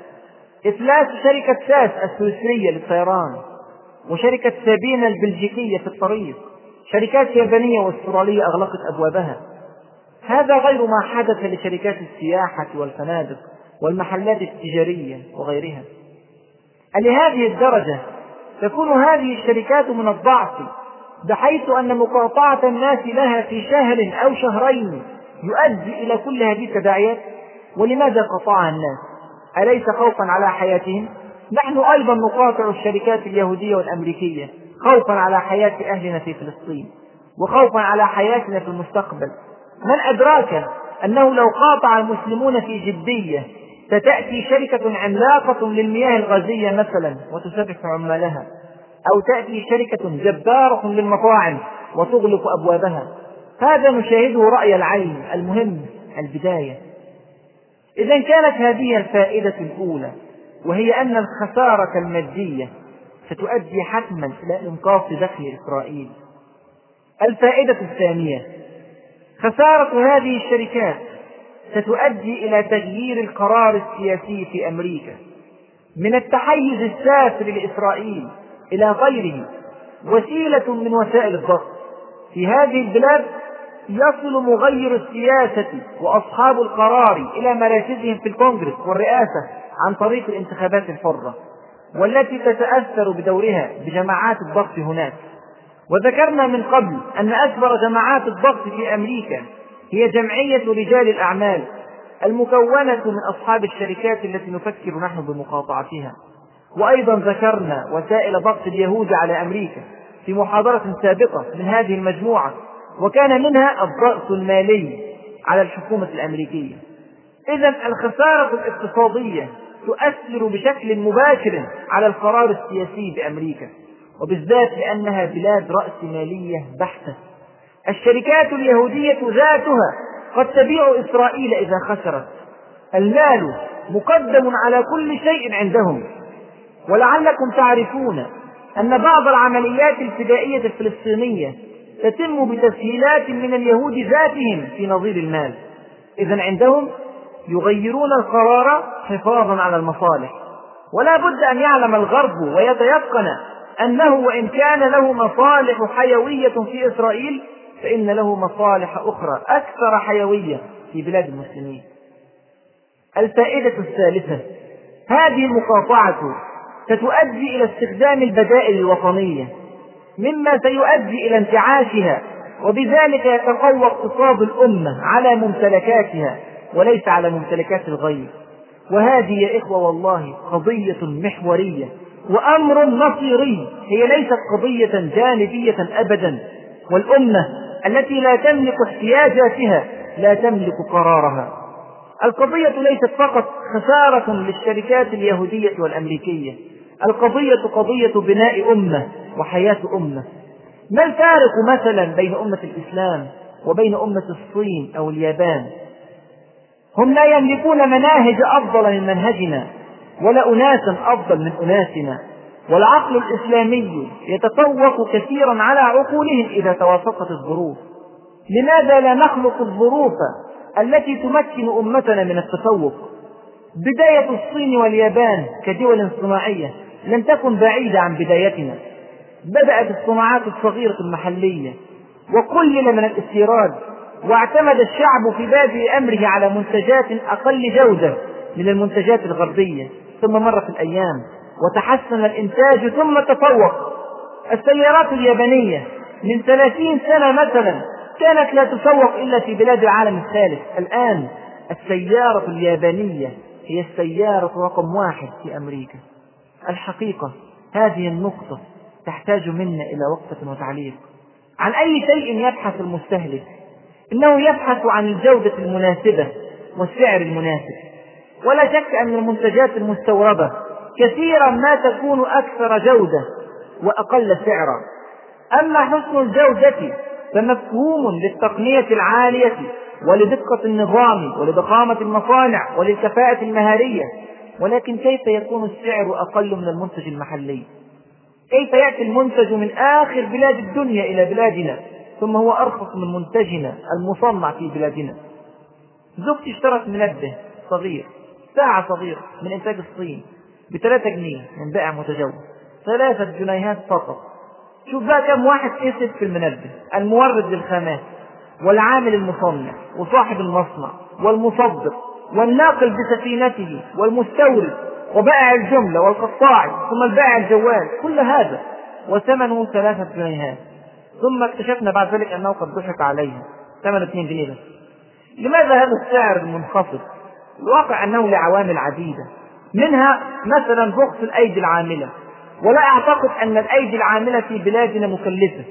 إفلاس شركة ساس السويسرية للطيران، وشركة سابينا البلجيكية في الطريق. شركات يابانية واسترالية أغلقت أبوابها. هذا غير ما حدث لشركات السياحة والفنادق والمحلات التجارية وغيرها. لهذه الدرجة تكون هذه الشركات من الضعف، بحيث أن مقاطعة الناس لها في شهر أو شهرين يؤدي إلى كل هذه التداعيات. ولماذا قطعها الناس؟ أليس خوفا على حياتهم؟ نحن أيضا نقاطع الشركات اليهودية والأمريكية خوفا على حياة أهلنا في فلسطين، وخوفا على حياتنا في المستقبل. من أدراك أنه لو قاطع المسلمون في جدية ستأتي شركة عملاقة للمياه الغازية مثلا وتسرح عمالها، أو تأتي شركة جبارة للمطاعم وتغلق أبوابها. هذا نشاهده رأي العين. المهم البداية. إذا كانت هذه الفائدة الأولى، وهي أن الخسارة المادية ستؤدي حتما إلى إنقاص دخل إسرائيل، الفائدة الثانية: خسارة هذه الشركات ستؤدي إلى تغيير القرار السياسي في أمريكا من التحيز السافر لإسرائيل إلى غيره وسيلة من وسائل الضغط. في هذه البلاد يصل مغير السياسة وأصحاب القرار إلى مراكزهم في الكونغرس والرئاسة عن طريق الانتخابات الحرة، والتي تتأثر بدورها بجماعات الضغط هناك. وذكرنا من قبل أن أكبر جماعات الضغط في أمريكا هي جمعية رجال الأعمال المكونة من أصحاب الشركات التي نفكر نحن بمقاطعتها. وأيضا ذكرنا وسائل ضغط اليهود على أمريكا في محاضرة سابقة من هذه المجموعة، وكان منها الضغط المالي على الحكومة الأمريكية. إذن الخسارة الاقتصادية تؤثر بشكل مباشر على القرار السياسي بأمريكا، وبالذات لأنها بلاد رأسمالية بحتة. الشركات اليهودية ذاتها قد تبيع إسرائيل إذا خسرت. المال مقدم على كل شيء عندهم. ولعلكم تعرفون أن بعض العمليات الفدائية الفلسطينية تتم بتسهيلات من اليهود ذاتهم في نظير المال. إذن عندهم يغيرون القرار حفاظا على المصالح. ولا بد أن يعلم الغرب ويتيقن أنه وإن كان له مصالح حيوية في إسرائيل فإن له مصالح أخرى أكثر حيوية في بلاد المسلمين. الفائدة الثالثة: هذه المقاطعة ستؤدي إلى استخدام البدائل الوطنية، مما سيؤدي إلى انتعاشها، وبذلك يتقوى اقتصاد الأمة على ممتلكاتها وليس على ممتلكات الغير. وهذه يا إخوة والله قضية محورية وأمر مصيري، هي ليست قضية جانبية أبدا. والأمة التي لا تملك احتياجاتها لا تملك قرارها. القضية ليست فقط خسارة للشركات اليهودية والأمريكية، القضية قضية بناء أمة وحياة أمة. ما الفارق مثلا بين أمة الإسلام وبين أمة الصين أو اليابان؟ هم لا يملكون مناهج أفضل من منهجنا ولا أناسا أفضل من أناسنا، والعقل الإسلامي يتفوق كثيرا على عقولهم إذا توافقت الظروف. لماذا لا نخلق الظروف التي تمكن أمتنا من التفوق؟ بداية الصين واليابان كدول صناعية لم تكن بعيدة عن بدايتنا. بدأت الصناعات الصغيرة المحلية وقلل من الاستيراد، واعتمد الشعب في بادئ أمره على منتجات أقل جودة من المنتجات الغربية. ثم مرت الأيام وتحسن الإنتاج ثم تفوق. السيارات اليابانية من 30 سنة مثلا كانت لا تسوق إلا في بلاد العالم الثالث. الآن السيارة اليابانية هي السيارة رقم 1 في أمريكا. الحقيقة هذه النقطة تحتاج منا إلى وقفة وتعليق. عن أي شيء يبحث المستهلك؟ إنه يبحث عن الجودة المناسبة والسعر المناسب. ولا شك أن المنتجات المستوردة كثيرا ما تكون أكثر جودة وأقل سعرا. أما حسن الجودة فمفهوم للتقنية العالية ولدقة النظام ولضخامة المصانع وللكفاءة المهارية، ولكن كيف يكون السعر أقل من المنتج المحلي؟ كيف يأتي المنتج من آخر بلاد الدنيا إلى بلادنا ثم هو أرخص من منتجنا المصنع في بلادنا؟ زوجتي اشترت منبه صغير، ساعة صغيرة من إنتاج الصين ب3 جنيه من بائع متجول، 3 جنيهات فقط. شوف بقى كم واحد كسب في المنبه: المورد للخامات والعامل المصنع وصاحب المصنع والمصدر والناقل بسفينته والمستورد وبائع الجملة والقطاعي ثم البائع الجوال، كل هذا وثمنه 3 جنيهات. ثم اكتشفنا بعد ذلك أنه قد ضحك عليها، ثمنه 2 جنيه بس. لماذا هذا السعر المنخفض؟ الواقع أنه لعوامل عديدة، منها مثلا رخص الأيدي العاملة، ولا أعتقد أن الأيدي العاملة في بلادنا مكلفة،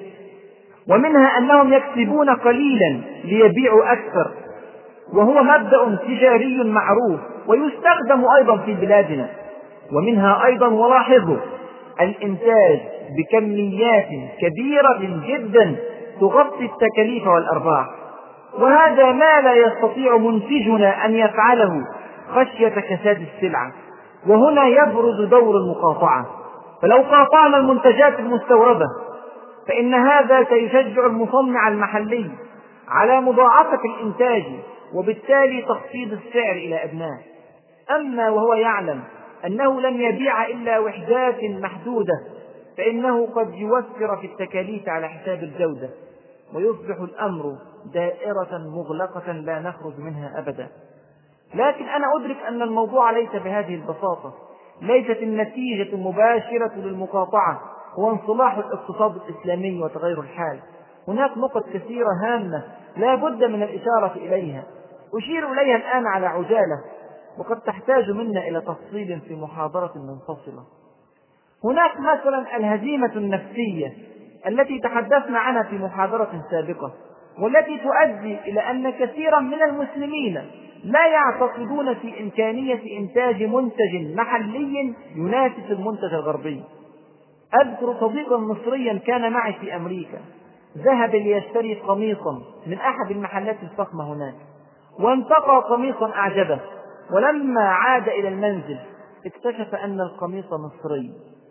ومنها أنهم يكسبون قليلا ليبيعوا أكثر، وهو مبدأ تجاري معروف ويستخدم أيضا في بلادنا. ومنها أيضا ولاحظوا الإنتاج بكميات كبيرة جدا تغطي التكاليف والأرباح، وهذا ما لا يستطيع منتجنا أن يفعله خشية كساد السلعة. وهنا يبرز دور المقاطعة. فلو قاطعنا المنتجات المستوردة فإن هذا سيشجع المصنع المحلي على مضاعفة الإنتاج وبالتالي تخفيض السعر إلى أدناه. أما وهو يعلم أنه لن يبيع إلا وحدات محدودة فإنه قد يوفر في التكاليف على حساب الجودة، ويصبح الأمر دائرة مغلقة لا نخرج منها أبدا. لكن أنا أدرك أن الموضوع ليس بهذه البساطة، ليست النتيجة المباشرة للمقاطعة هو انصلاح الاقتصاد الإسلامي وتغير الحال. هناك نقط كثيرة هامة لا بد من الإشارة إليها، أشير إليها الآن على عجالة، وقد تحتاج منا إلى تفصيل في محاضرة منفصلة. هناك مثلا الهزيمة النفسية التي تحدثنا عنها في محاضرة سابقة، والتي تؤدي إلى أن كثيرا من المسلمين لا يعتقدون في إمكانية إنتاج منتج محلي ينافس المنتج الغربي. أذكر صديقا مصريا كان معي في أمريكا، ذهب ليشتري قميصا من أحد المحلات الفخمة هناك، وانتقى قميصا أعجبه، ولما عاد إلى المنزل اكتشف أن القميص مصري.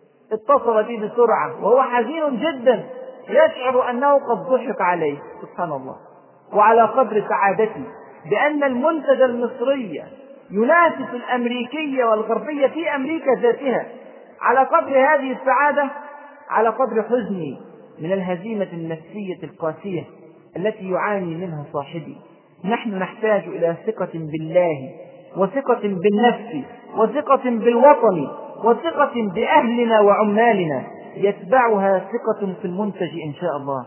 اتصل بي بسرعة وهو حزين جدا، يشعر أنه قد ضحك عليه. سبحان الله. وعلى قدر سعادتي بأن المنتج المصري ينافس الأمريكية والغربية في أمريكا ذاتها، على قدر هذه السعادة على قدر حزني من الهزيمة النفسية القاسية التي يعاني منها صاحبي. نحن نحتاج إلى ثقة بالله، وثقة بالنفس، وثقة بالوطن، وثقة بأهلنا وعمالنا يتبعها ثقة في المنتج إن شاء الله.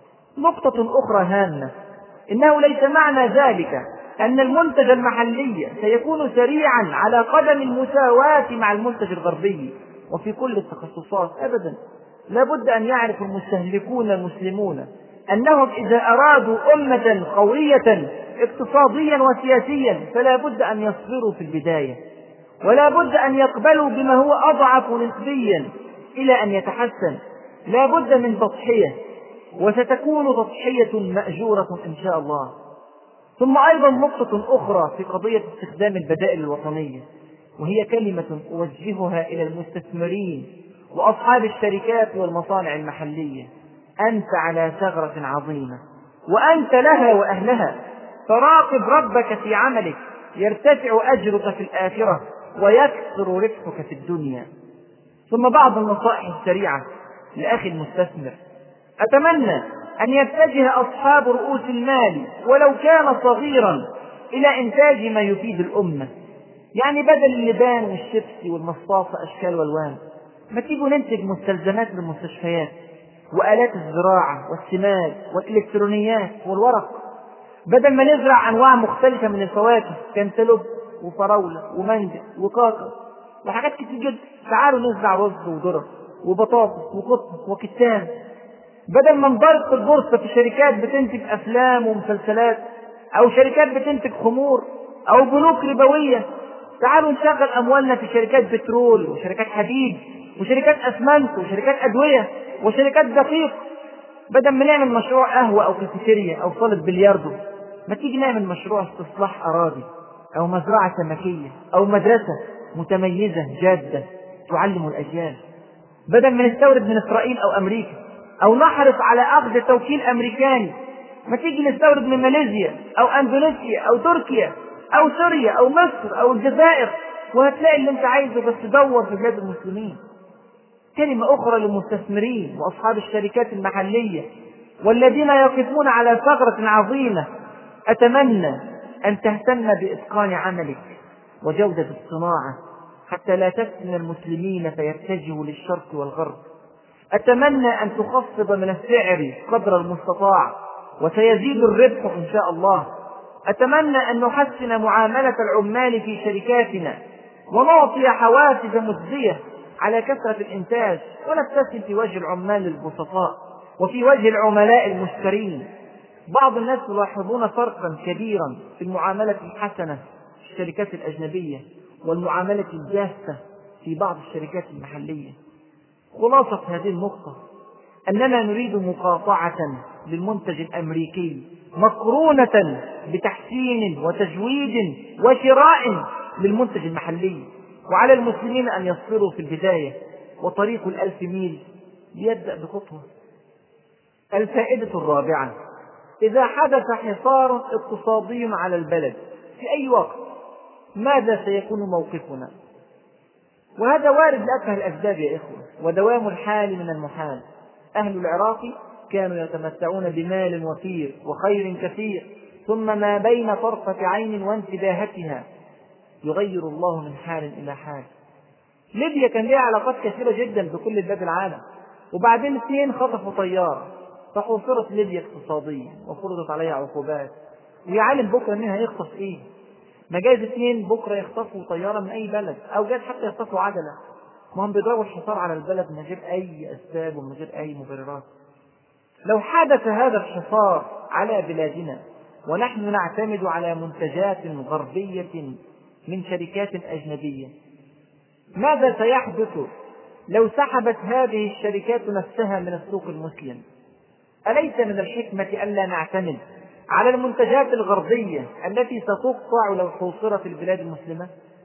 نقطة أخرى هامة، إنه ليس معنى ذلك أن المنتج المحلي سيكون سريعا على قدم المساواة مع المنتج الغربي وفي كل التخصصات أبدا. لا بد أن يعرف المستهلكون المسلمون أنهم إذا أرادوا أمة قوية اقتصاديا وسياسيا فلا بد أن يصبروا في البداية، ولا بد أن يقبلوا بما هو أضعف نسبيا إلى أن يتحسن. لا بد من تضحية، وستكون تضحية مأجورة إن شاء الله. ثم أيضا نقطة أخرى في قضية استخدام البدائل الوطنية، وهي كلمة أوجهها إلى المستثمرين وأصحاب الشركات والمصانع المحلية: أنت على ثغرة عظيمة، وأنت لها وأهلها، فراقب ربك في عملك يرتفع أجرك في الآخرة ويكثر ربحك في الدنيا. ثم بعض النصائح السريعة لأخي المستثمر: أتمنى أن يتجه أصحاب رؤوس المال ولو كان صغيرا إلى إنتاج ما يفيد الأمة. يعني بدل اللبان والشيبسي والمصاصة أشكال والوان، ما تيجوا ننتج مستلزمات للمستشفيات وآلات الزراعة والسماد والإلكترونيات والورق. بدل ما نزرع أنواع مختلفة من الفواكه كانتالوب وفراولة ومانجا وكاكا وحاجات كتير جدا، تعالوا نزرع رز وذرة وبطاطس وقطن وكتان. بدل ما نضرب في البورصة في شركات بتنتج أفلام ومسلسلات، أو شركات بتنتج خمور، أو بنوك ربوية، تعالوا نشغل أموالنا في شركات بترول وشركات حديد وشركات أسمنت وشركات أدوية وشركات دقيق. بدل ما نعمل مشروع قهوة أو كافيتيريا أو صالة بلياردو، ما تيجي نعمل مشروع استصلاح أراضي أو مزرعة سمكية أو مدرسة متميزة جادة تعلم الأجيال. بدل ما نستورد من إسرائيل أو أمريكا أو نحرص على أخذ توكيل أمريكاني، ما تيجي نستورد من ماليزيا أو أندونيسيا أو تركيا أو سوريا أو مصر أو الجزائر، وهتلاقي اللي انت عايزه، بس دور في بلاد المسلمين. كلمة أخرى للمستثمرين وأصحاب الشركات المحلية والذين يقفون على ثغرة عظيمة: أتمنى أن تهتم بإتقان عملك وجودة الصناعة حتى لا تفتن المسلمين فيتجهوا للشرق والغرب. أتمنى أن تخفض من السعر قدر المستطاع وسيزيد الربح إن شاء الله. أتمنى أن نحسن معاملة العمال في شركاتنا ونعطي حوافز مجزية على كثرة الإنتاج، ونبتسم في وجه العمال البسطاء وفي وجه العملاء المشترين. بعض الناس يلاحظون فرقا كبيرا في المعاملة الحسنة في الشركات الأجنبية والمعاملة الجافة في بعض الشركات المحلية. خلاصة هذه النقطة أننا نريد مقاطعة للمنتج الأمريكي مقرونة بتحسين وتجويد وشراء للمنتج المحلي، وعلى المسلمين أن يصبروا في البداية، وطريق 1000 ميل يبدأ بخطوة. الفائدة الرابعة: إذا حدث حصار اقتصادي على البلد في أي وقت ماذا سيكون موقفنا؟ وهذا وارد لأتفه الأسباب يا إخوة، ودوام الحال من المحال. أهل العراق كانوا يتمتعون بمال وفير وخير كثير، ثم ما بين طرفة عين وانتباهتها يغير الله من حال إلى حال. ليبيا كان لها علاقات كثيرة جدا بكل بلاد العالم، وبعدين اثنين خطفوا طيارة فحوصرت ليبيا اقتصاديا وفرضت عليها عقوبات، ويا عالم بكرة منها يخطف ايه؟ ما جايز اثنين بكرة يخطفوا طيارة من أي بلد، أو جايز حتى يخطفوا عجلة. ما هم بيضربوا الحصار على البلد من غير أي أسباب ومن غير أي مبررات. لو حدث هذا الحصار على بلادنا ونحن نعتمد على منتجات غربية من شركات أجنبية، ماذا سيحدث لو سحبت هذه الشركات نفسها من السوق المسلم؟ أليس من الحكمة ألا نعتمد على المنتجات الغربية التي ستقطع لو حوصرت البلاد المسلمة؟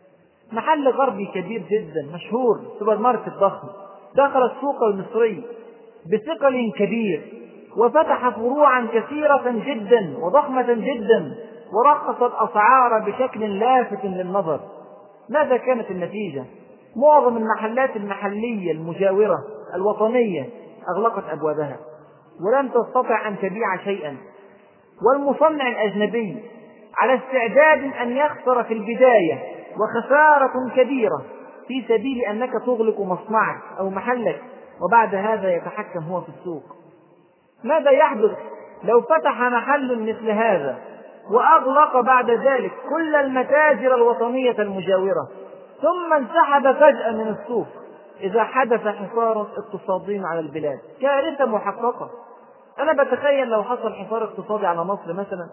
محل غربي كبير جدا مشهور، سوبر ماركت ضخم، دخل السوق المصري بثقل كبير وفتح فروعا كثيرة جدا وضخمة جدا ورخص الأسعار بشكل لافت للنظر. ماذا كانت النتيجة؟ معظم المحلات المحلية المجاورة الوطنية أغلقت أبوابها ولم تستطع أن تبيع شيئا، والمصنع الأجنبي على استعداد أن يخسر في البداية وخسارة كبيرة في سبيل أنك تغلق مصنعك أو محلك، وبعد هذا يتحكم هو في السوق. ماذا يحدث لو فتح محل مثل هذا وأغلق بعد ذلك كل المتاجر الوطنية المجاورة ثم انسحب فجأة من السوق؟ إذا حدث حصار اقتصادي على البلاد كارثة محققة. أنا بتخيل لو حصل حصار اقتصادي على مصر مثلا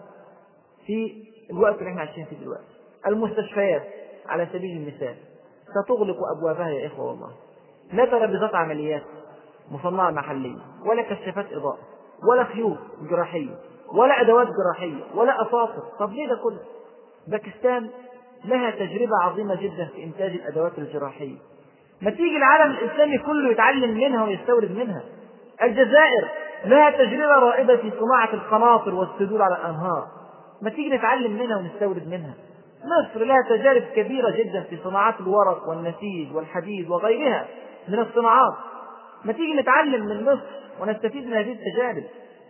في الوقت اللي احنا عايشين فيه دلوقتي، المستشفيات على سبيل المثال ستغلق أبوابها يا إخوة والله. لا ترابيزات عمليات مصنعة محلية، ولا كشافات إضاءة، ولا خيوط جراحية، ولا أدوات جراحية، ولا أساطر. طب ليه ده كله؟ باكستان لها تجربة عظيمة جدا في إنتاج الأدوات الجراحية، ما تيجي العالم الإسلامي كله يتعلم منها ويستورد منها. الجزائر لها تجربة رائدة في صناعة القناطر والسدود على الأنهار، ما تيجي نتعلم منها ونستورد منها. مصر لها تجارب كبيرة جدا في صناعات الورق والنسيج والحديد وغيرها من الصناعات، ما تيجي نتعلم من مصر ونستفيد من هذه التجارب.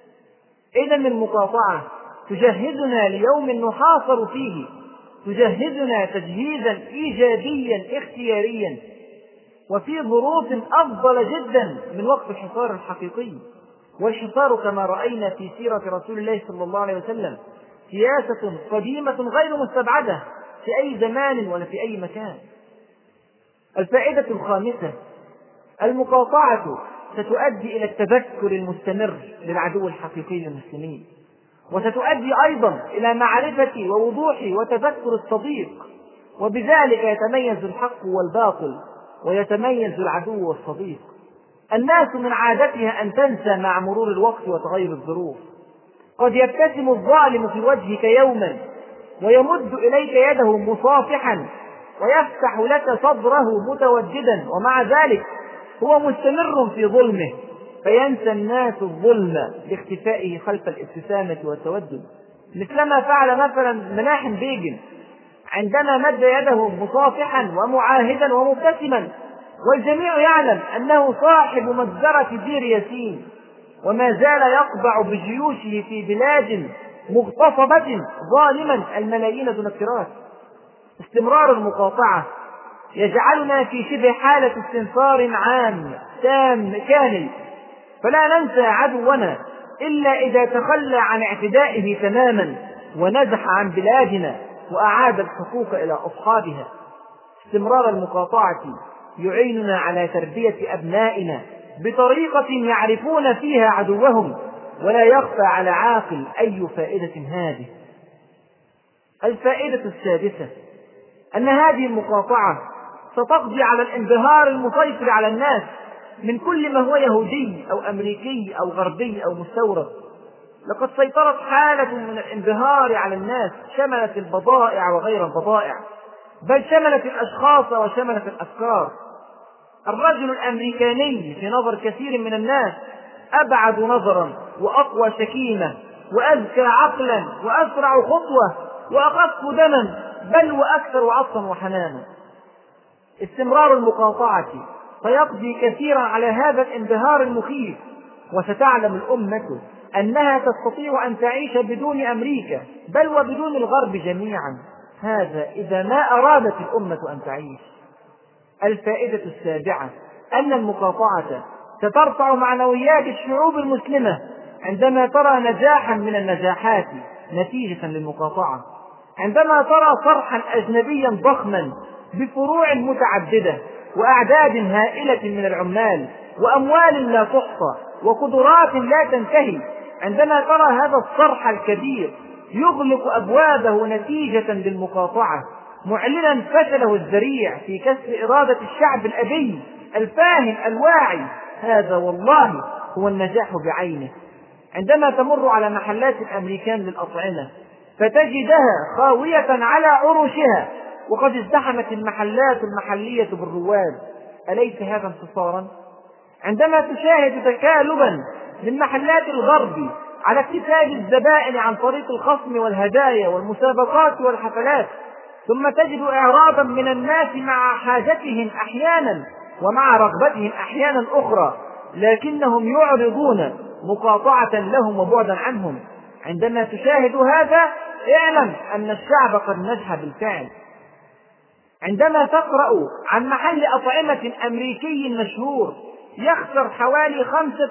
إذا المقاطعة تجهزنا ليوم نحاصر فيه، تجهزنا تجهيزا إيجابيا اختياريا وفي ظروف أفضل جدا من وقت الحصار الحقيقي. والحصار كما رأينا في سيرة رسول الله صلى الله عليه وسلم سياسة قديمة غير مستبعدة في أي زمان ولا في أي مكان. الفائدة الخامسة: المقاطعة ستؤدي إلى التذكر المستمر للعدو الحقيقي للمسلمين، وستؤدي أيضا إلى معرفة ووضوح وتذكر الصديق، وبذلك يتميز الحق والباطل ويتميز العدو والصديق. الناس من عادتها أن تنسى مع مرور الوقت وتغير الظروف. قد يبتسم الظالم في وجهك يوما ويمد إليك يده مصافحا ويفتح لك صدره متوجدا، ومع ذلك هو مستمر في ظلمه، فينسى الناس الظلم لاختفائه خلف الابتسامة والتودد، مثلما فعل مثلا مناحم بيجن عندما مد يده مصافحا ومعاهدا ومبتسما، والجميع يعلم أنه صاحب مجزرة دير ياسين، وما زال يقبع بجيوشه في بلاد مغتصبة ظالما الملايين دون التراث. استمرار المقاطعة يجعلنا في شبه حالة استنفار عام تام كامل، فلا ننسى عدونا إلا إذا تخلى عن اعتدائه تماما ونزح عن بلادنا وأعاد الحقوق إلى أصحابها. استمرار المقاطعة يعيننا على تربية أبنائنا بطريقة يعرفون فيها عدوهم، ولا يخفى على عاقل أي فائدة هذه. الفائدة السادسة: أن هذه المقاطعة ستقضي على الانبهار المسيطر على الناس من كل ما هو يهودي أو أمريكي أو غربي أو مستورد. لقد سيطرت حالة من الانبهار على الناس شملت البضائع وغير البضائع، بل شملت الأشخاص وشملت الأفكار. الرجل الأمريكاني في نظر كثير من الناس أبعد نظرا وأقوى شكيمة وأذكى عقلا وأسرع خطوة وأخف دما، بل وأكثر عطفا وحنانا. استمرار المقاطعة سيقضي كثيرا على هذا الانبهار المخيف، وستعلم الأمة أنها تستطيع أن تعيش بدون أمريكا بل وبدون الغرب جميعا، هذا إذا ما أرادت الأمة أن تعيش. الفائدة السابعة أن المقاطعة سترفع معنويات الشعوب المسلمة عندما ترى نجاحا من النجاحات نتيجة للمقاطعة، عندما ترى صرحا أجنبيا ضخما بفروع متعددة وأعداد هائلة من العمال وأموال لا تحصى وقدرات لا تنتهي، عندما ترى هذا الصرح الكبير يغلق أبوابه نتيجة للمقاطعة، معلنا فشله الذريع في كسر إرادة الشعب الأبي الفاهم الواعي، هذا والله هو النجاح بعينه. عندما تمر على محلات الأمريكان للأطعمة فتجدها خاوية على عروشها وقد ازدحمت المحلات المحلية بالرواد، أليس هذا انتصارا؟ عندما تشاهد تكالبا من محلات الغرب على اكتساب الزبائن عن طريق الخصم والهدايا والمسابقات والحفلات، ثم تجد إعراضا من الناس مع حاجتهم أحيانا ومع رغبتهم أحيانا أخرى، لكنهم يعرضون مقاطعة لهم وبعدا عنهم، عندما تشاهد هذا اعلم أن الشعب قد نجح بالفعل. عندما تقرأ عن محل أطعمة أمريكي مشهور يخسر حوالي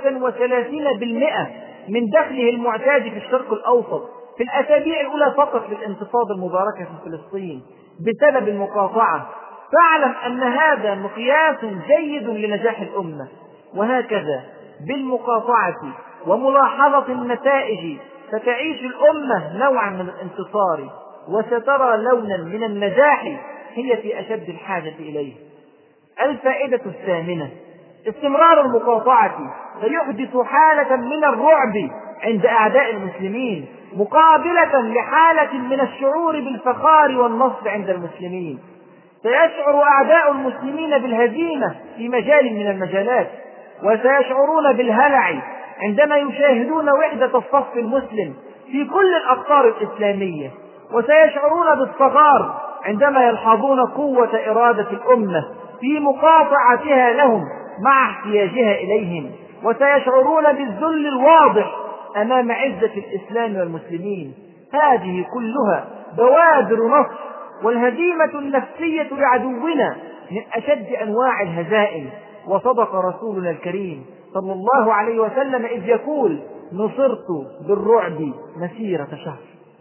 35% من دخله المعتاد في الشرق الأوسط في الأسابيع الأولى فقط للانتفاضة المباركة في فلسطين بسبب المقاطعة، فاعلم أن هذا مقياس جيد لنجاح الأمة. وهكذا بالمقاطعة وملاحظة النتائج ستعيش الأمة نوعا من الانتصار، وسترى لونا من النجاح هي في أشد الحاجة إليه. الفائدة الثامنة: استمرار المقاطعة سيحدث حالة من الرعب عند أعداء المسلمين مقابلة لحالة من الشعور بالفخار والنصر عند المسلمين. سيشعر أعداء المسلمين بالهزيمة في مجال من المجالات، وسيشعرون بالهلع عندما يشاهدون وحدة الصف المسلم في كل الأقطار الإسلامية، وسيشعرون بالصغار عندما يلحظون قوة إرادة الأمة في مقاطعتها لهم مع احتياجها إليهم، وسيشعرون بالذل الواضح أمام عزة الإسلام والمسلمين. هذه كلها بوادر نصر، والهزيمة النفسية لعدونا من أشد أنواع الهزائم. وصدق رسولنا الكريم صلى الله عليه وسلم إذ يقول: نصرت بالرعب مسيرة شهر.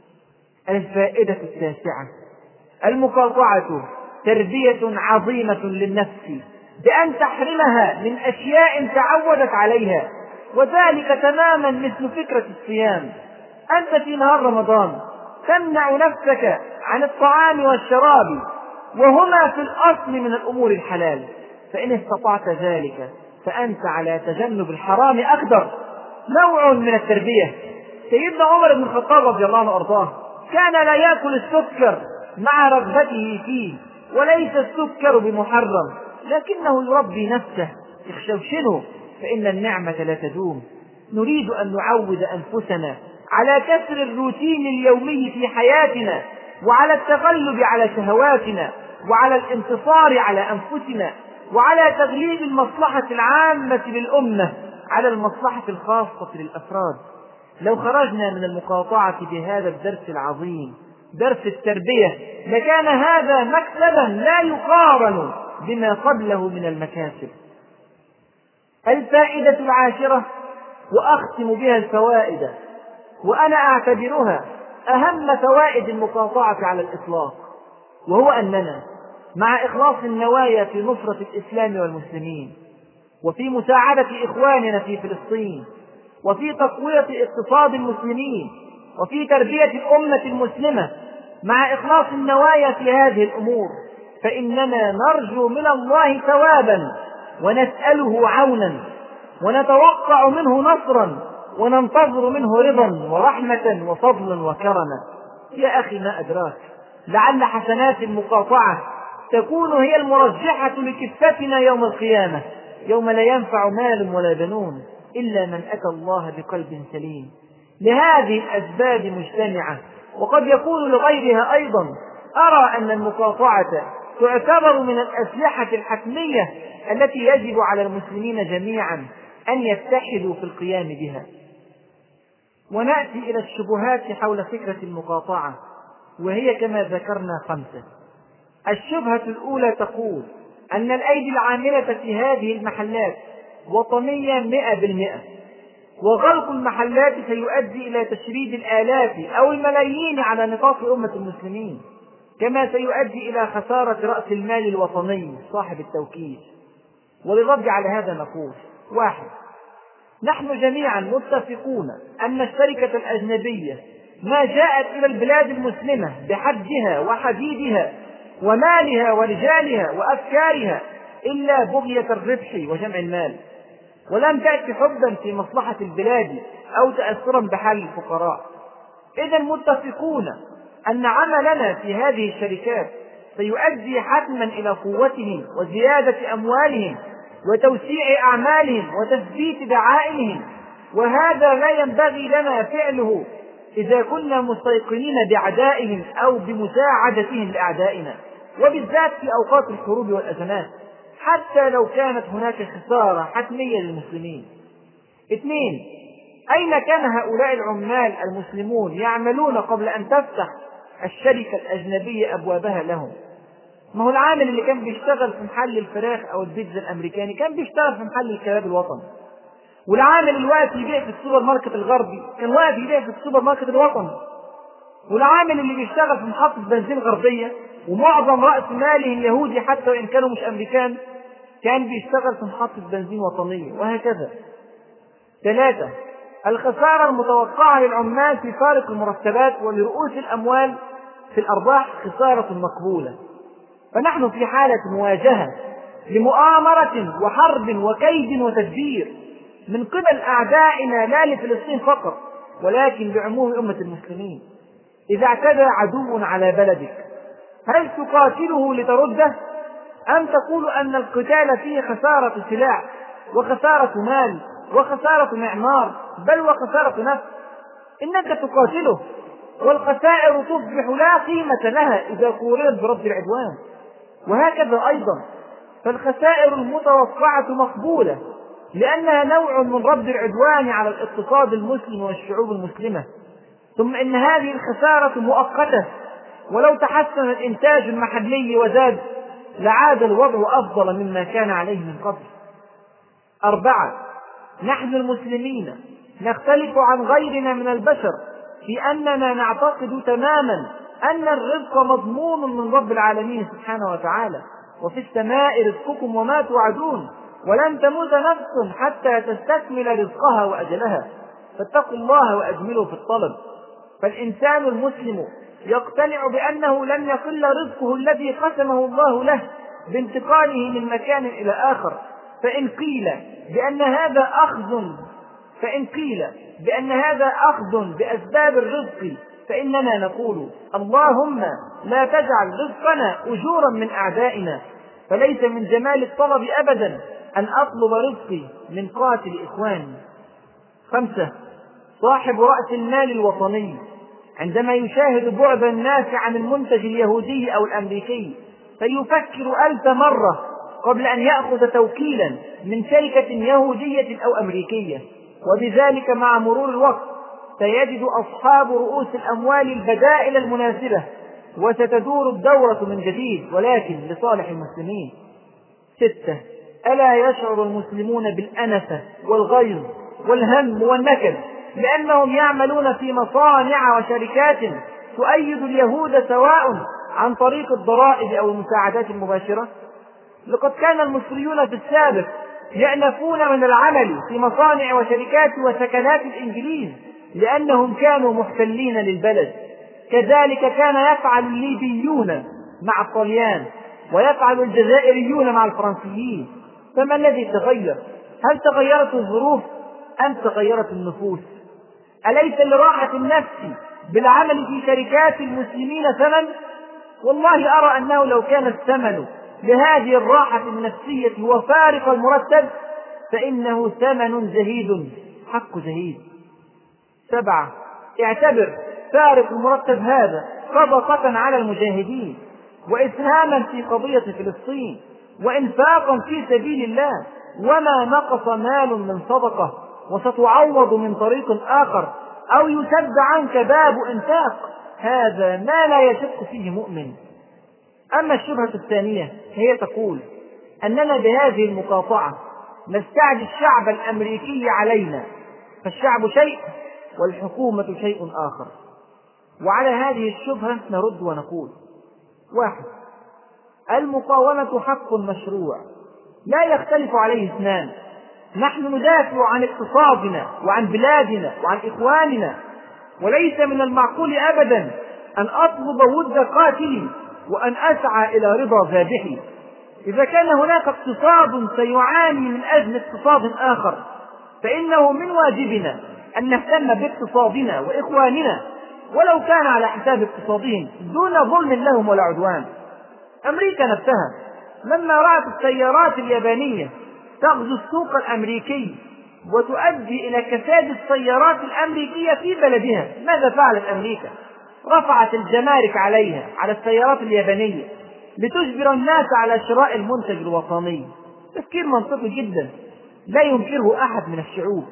الفائدة التاسعة: المقاطعة تربية عظيمة للنفس بأن تحرمها من أشياء تعودت عليها، وذلك تماما مثل فكرة الصيام. أنت في نهار رمضان تمنع نفسك عن الطعام والشراب، وهما في الأصل من الأمور الحلال، فإن استطعت ذلك فأنت على تجنب الحرام أقدر. نوع من التربية. سيدنا عمر بن الخطاب رضي الله عنه وأرضاه كان لا يأكل السكر مع رغبته فيه، وليس السكر بمحرم، لكنه يربي نفسه: اخشوشنوا فإن النعمة لا تدوم. نريد أن نعود أنفسنا على كسر الروتين اليومي في حياتنا، وعلى التغلب على شهواتنا، وعلى الانتصار على أنفسنا، وعلى تغليب المصلحة العامة للأمة على المصلحة الخاصة للأفراد. لو خرجنا من المقاطعة بهذا الدرس العظيم، درس التربية، لكان هذا مكسبا لا يقارن بما قبله من المكاسب. الفائدة العاشرة، وأختم بها الفوائد، وأنا أعتبرها أهم فوائد المقاطعة على الإطلاق، وهو أننا مع إخلاص النوايا في نصرة الإسلام والمسلمين، وفي مساعدة إخواننا في فلسطين، وفي تقوية اقتصاد المسلمين، وفي تربية الأمة المسلمة، مع إخلاص النوايا في هذه الأمور، فإننا نرجو من الله ثوابا، ونسأله عونا، ونتوقع منه نصرا، وننتظر منه رضا ورحمة وفضلا وكرما. يا أخي ما أدراك، لعل حسنات المقاطعة تكون هي المرجحة لكفتنا يوم القيامة، يوم لا ينفع مال ولا بنون، إلا من أتى الله بقلب سليم. لهذه الأسباب مجتمعة، وقد يكون لغيرها أيضا. أرى أن المقاطعة تعتبر من الأسلحة الحتمية التي يجب على المسلمين جميعا أن يتحدوا في القيام بها. ونأتي إلى الشبهات حول فكرة المقاطعة، وهي كما ذكرنا 5. الشبهة الأولى تقول أن الأيدي العاملة في هذه المحلات وطنية 100%، وغلق المحلات سيؤدي إلى تشريد الآلاف أو الملايين على نطاق أمة المسلمين، كما سيؤدي إلى خسارة رأس المال الوطني صاحب التوكيل. وللرد على هذا نقول: 1. نحن جميعا متفقون أن الشركة الأجنبية ما جاءت إلى البلاد المسلمة بحجها وحديدها ومالها ورجالها وأفكارها إلا بغية الربح وجمع المال، ولم تأتي حبا في مصلحة البلاد أو تأثرا بحال الفقراء. إذا متفقون أن عملنا في هذه الشركات سيؤدي حتما إلى قوتهم وزيادة أموالهم وتوسيع أعمالهم وتثبيت دعائمهم، وهذا لا ينبغي لنا فعله إذا كنا مستيقنين بعدائهم أو بمساعدتهم لأعدائنا، وبالذات في أوقات الحروب والأزمات، حتى لو كانت هناك خسارة حتمية للمسلمين. 2. أين كان هؤلاء العمال المسلمون يعملون قبل أن تفتح الشركة الأجنبية أبوابها لهم؟ ما هو العامل اللي كان بيشتغل في محل الفراخ أو البيتزا الأمريكاني كان بيشتغل في محل الكباب الوطني، والعامل اللي واقف يبيع في السوبر ماركت الغربي كان واقف يبيع في السوبر ماركت الوطني، والعامل اللي بيشتغل في محطة بنزين غربية ومعظم رأس مالهم يهودي حتى وإن كانوا مش أمريكان كان بيشتغل في محطة بنزين وطنية، وهكذا. 3. الخسارة المتوقعة للعمال في فارق المرتبات ولرؤوس الأموال في الأرباح خسارة مقبولة، فنحن في حالة مواجهة لمؤامرة وحرب وكيد وتدبير من قبل أعدائنا، لا لفلسطين فقط ولكن بعموم أمة المسلمين. إذا اعتدى عدو على بلدك هل تقاتله لترده، أم تقول أن القتال فيه خسارة سلاح وخسارة مال وخسارة معمار بل وخسارة نفس؟ إنك تقاتله، والخسائر تصبح لا قيمة لها إذا قورنت برد العدوان. وهكذا أيضا فالخسائر المتوقعة مقبولة لأنها نوع من رد العدوان على الاقتصاد المسلم والشعوب المسلمة. ثم إن هذه الخسارة مؤقتة، ولو تحسن الإنتاج المحلي وزاد لعاد الوضع أفضل مما كان عليه من قبل. 4. نحن المسلمين نختلف عن غيرنا من البشر في أننا نعتقد تماما أن الرزق مضمون من رب العالمين سبحانه وتعالى، وفي السماء رزقكم وما توعدون، ولن تموت نفس حتى تستكمل رزقها وأجلها، فاتقوا الله وأجملوا في الطلب. فالإنسان المسلم يقتنع بأنه لن يقل رزقه الذي قسمه الله له بانتقاله من مكان إلى آخر. فإن قيل بأن هذا أخذ بأسباب الرزق فإننا نقول: اللهم لا تجعل رزقنا أجورا من أعدائنا، فليس من جمال الطلب أبدا أن أطلب رزقي من قاتل إخواني. 5. صاحب رأس المال الوطني عندما يشاهد بعد الناس عن المنتج اليهودي أو الأمريكي فيفكر 1000 مرة قبل أن يأخذ توكيلا من شركة يهودية أو أمريكية. وبذلك مع مرور الوقت سيجد أصحاب رؤوس الأموال البدائل المناسبة، وستدور الدورة من جديد ولكن لصالح المسلمين. 6. ألا يشعر المسلمون بالأنفة والغيظ والهم والنكد لأنهم يعملون في مصانع وشركات تؤيد اليهود سواء عن طريق الضرائب أو المساعدات المباشرة؟ لقد كان المصريون في السابق يأنفون من العمل في مصانع وشركات وسكنات الإنجليز لأنهم كانوا محتلين للبلد. كذلك كان يفعل الليبيون مع الطليان، ويفعل الجزائريون مع الفرنسيين. فما الذي تغير؟ هل تغيرت الظروف أم تغيرت النفوس؟ أليس لراحة النفس بالعمل في شركات المسلمين ثمن؟ والله أرى أنه لو كان الثمن لهذه الراحة النفسية وفارق المرتب فإنه ثمن زهيد، حق زهيد. 7. اعتبر فارق المرتب هذا صدقة على المجاهدين، وإسهاما في قضية فلسطين، وإنفاقا في سبيل الله، وما نقص مال من صدقة وستعوض من طريق آخر أو يسد عنك باب إنفاق، هذا ما لا يشك فيه مؤمن. أما الشبهة الثانية هي تقول أننا بهذه المقاطعة نستعدي الشعب الأمريكي علينا، فالشعب شيء والحكومة شيء آخر. وعلى هذه الشبهة نرد ونقول: 1. المقاومة حق مشروع لا يختلف عليه اثنان. نحن ندافع عن اقتصادنا وعن بلادنا وعن إخواننا، وليس من المعقول أبدا أن أطلب ود قاتلي وأن أسعى إلى رضا ذابحي. إذا كان هناك اقتصاد سيعاني من أجل اقتصاد آخر، فإنه من واجبنا أن نهتم باقتصادنا وإخواننا ولو كان على حساب اقتصادهم دون ظلم لهم ولا عدوان. أمريكا نفسها لما رأت السيارات اليابانية تغزو السوق الأمريكي وتؤدي إلى كساد السيارات الأمريكية في بلدها، ماذا فعلت أمريكا؟ رفعت الجمارك عليها، على السيارات اليابانية، لتجبر الناس على شراء المنتج الوطني. تفكير منطقي جدا لا ينكره أحد من الشعوب.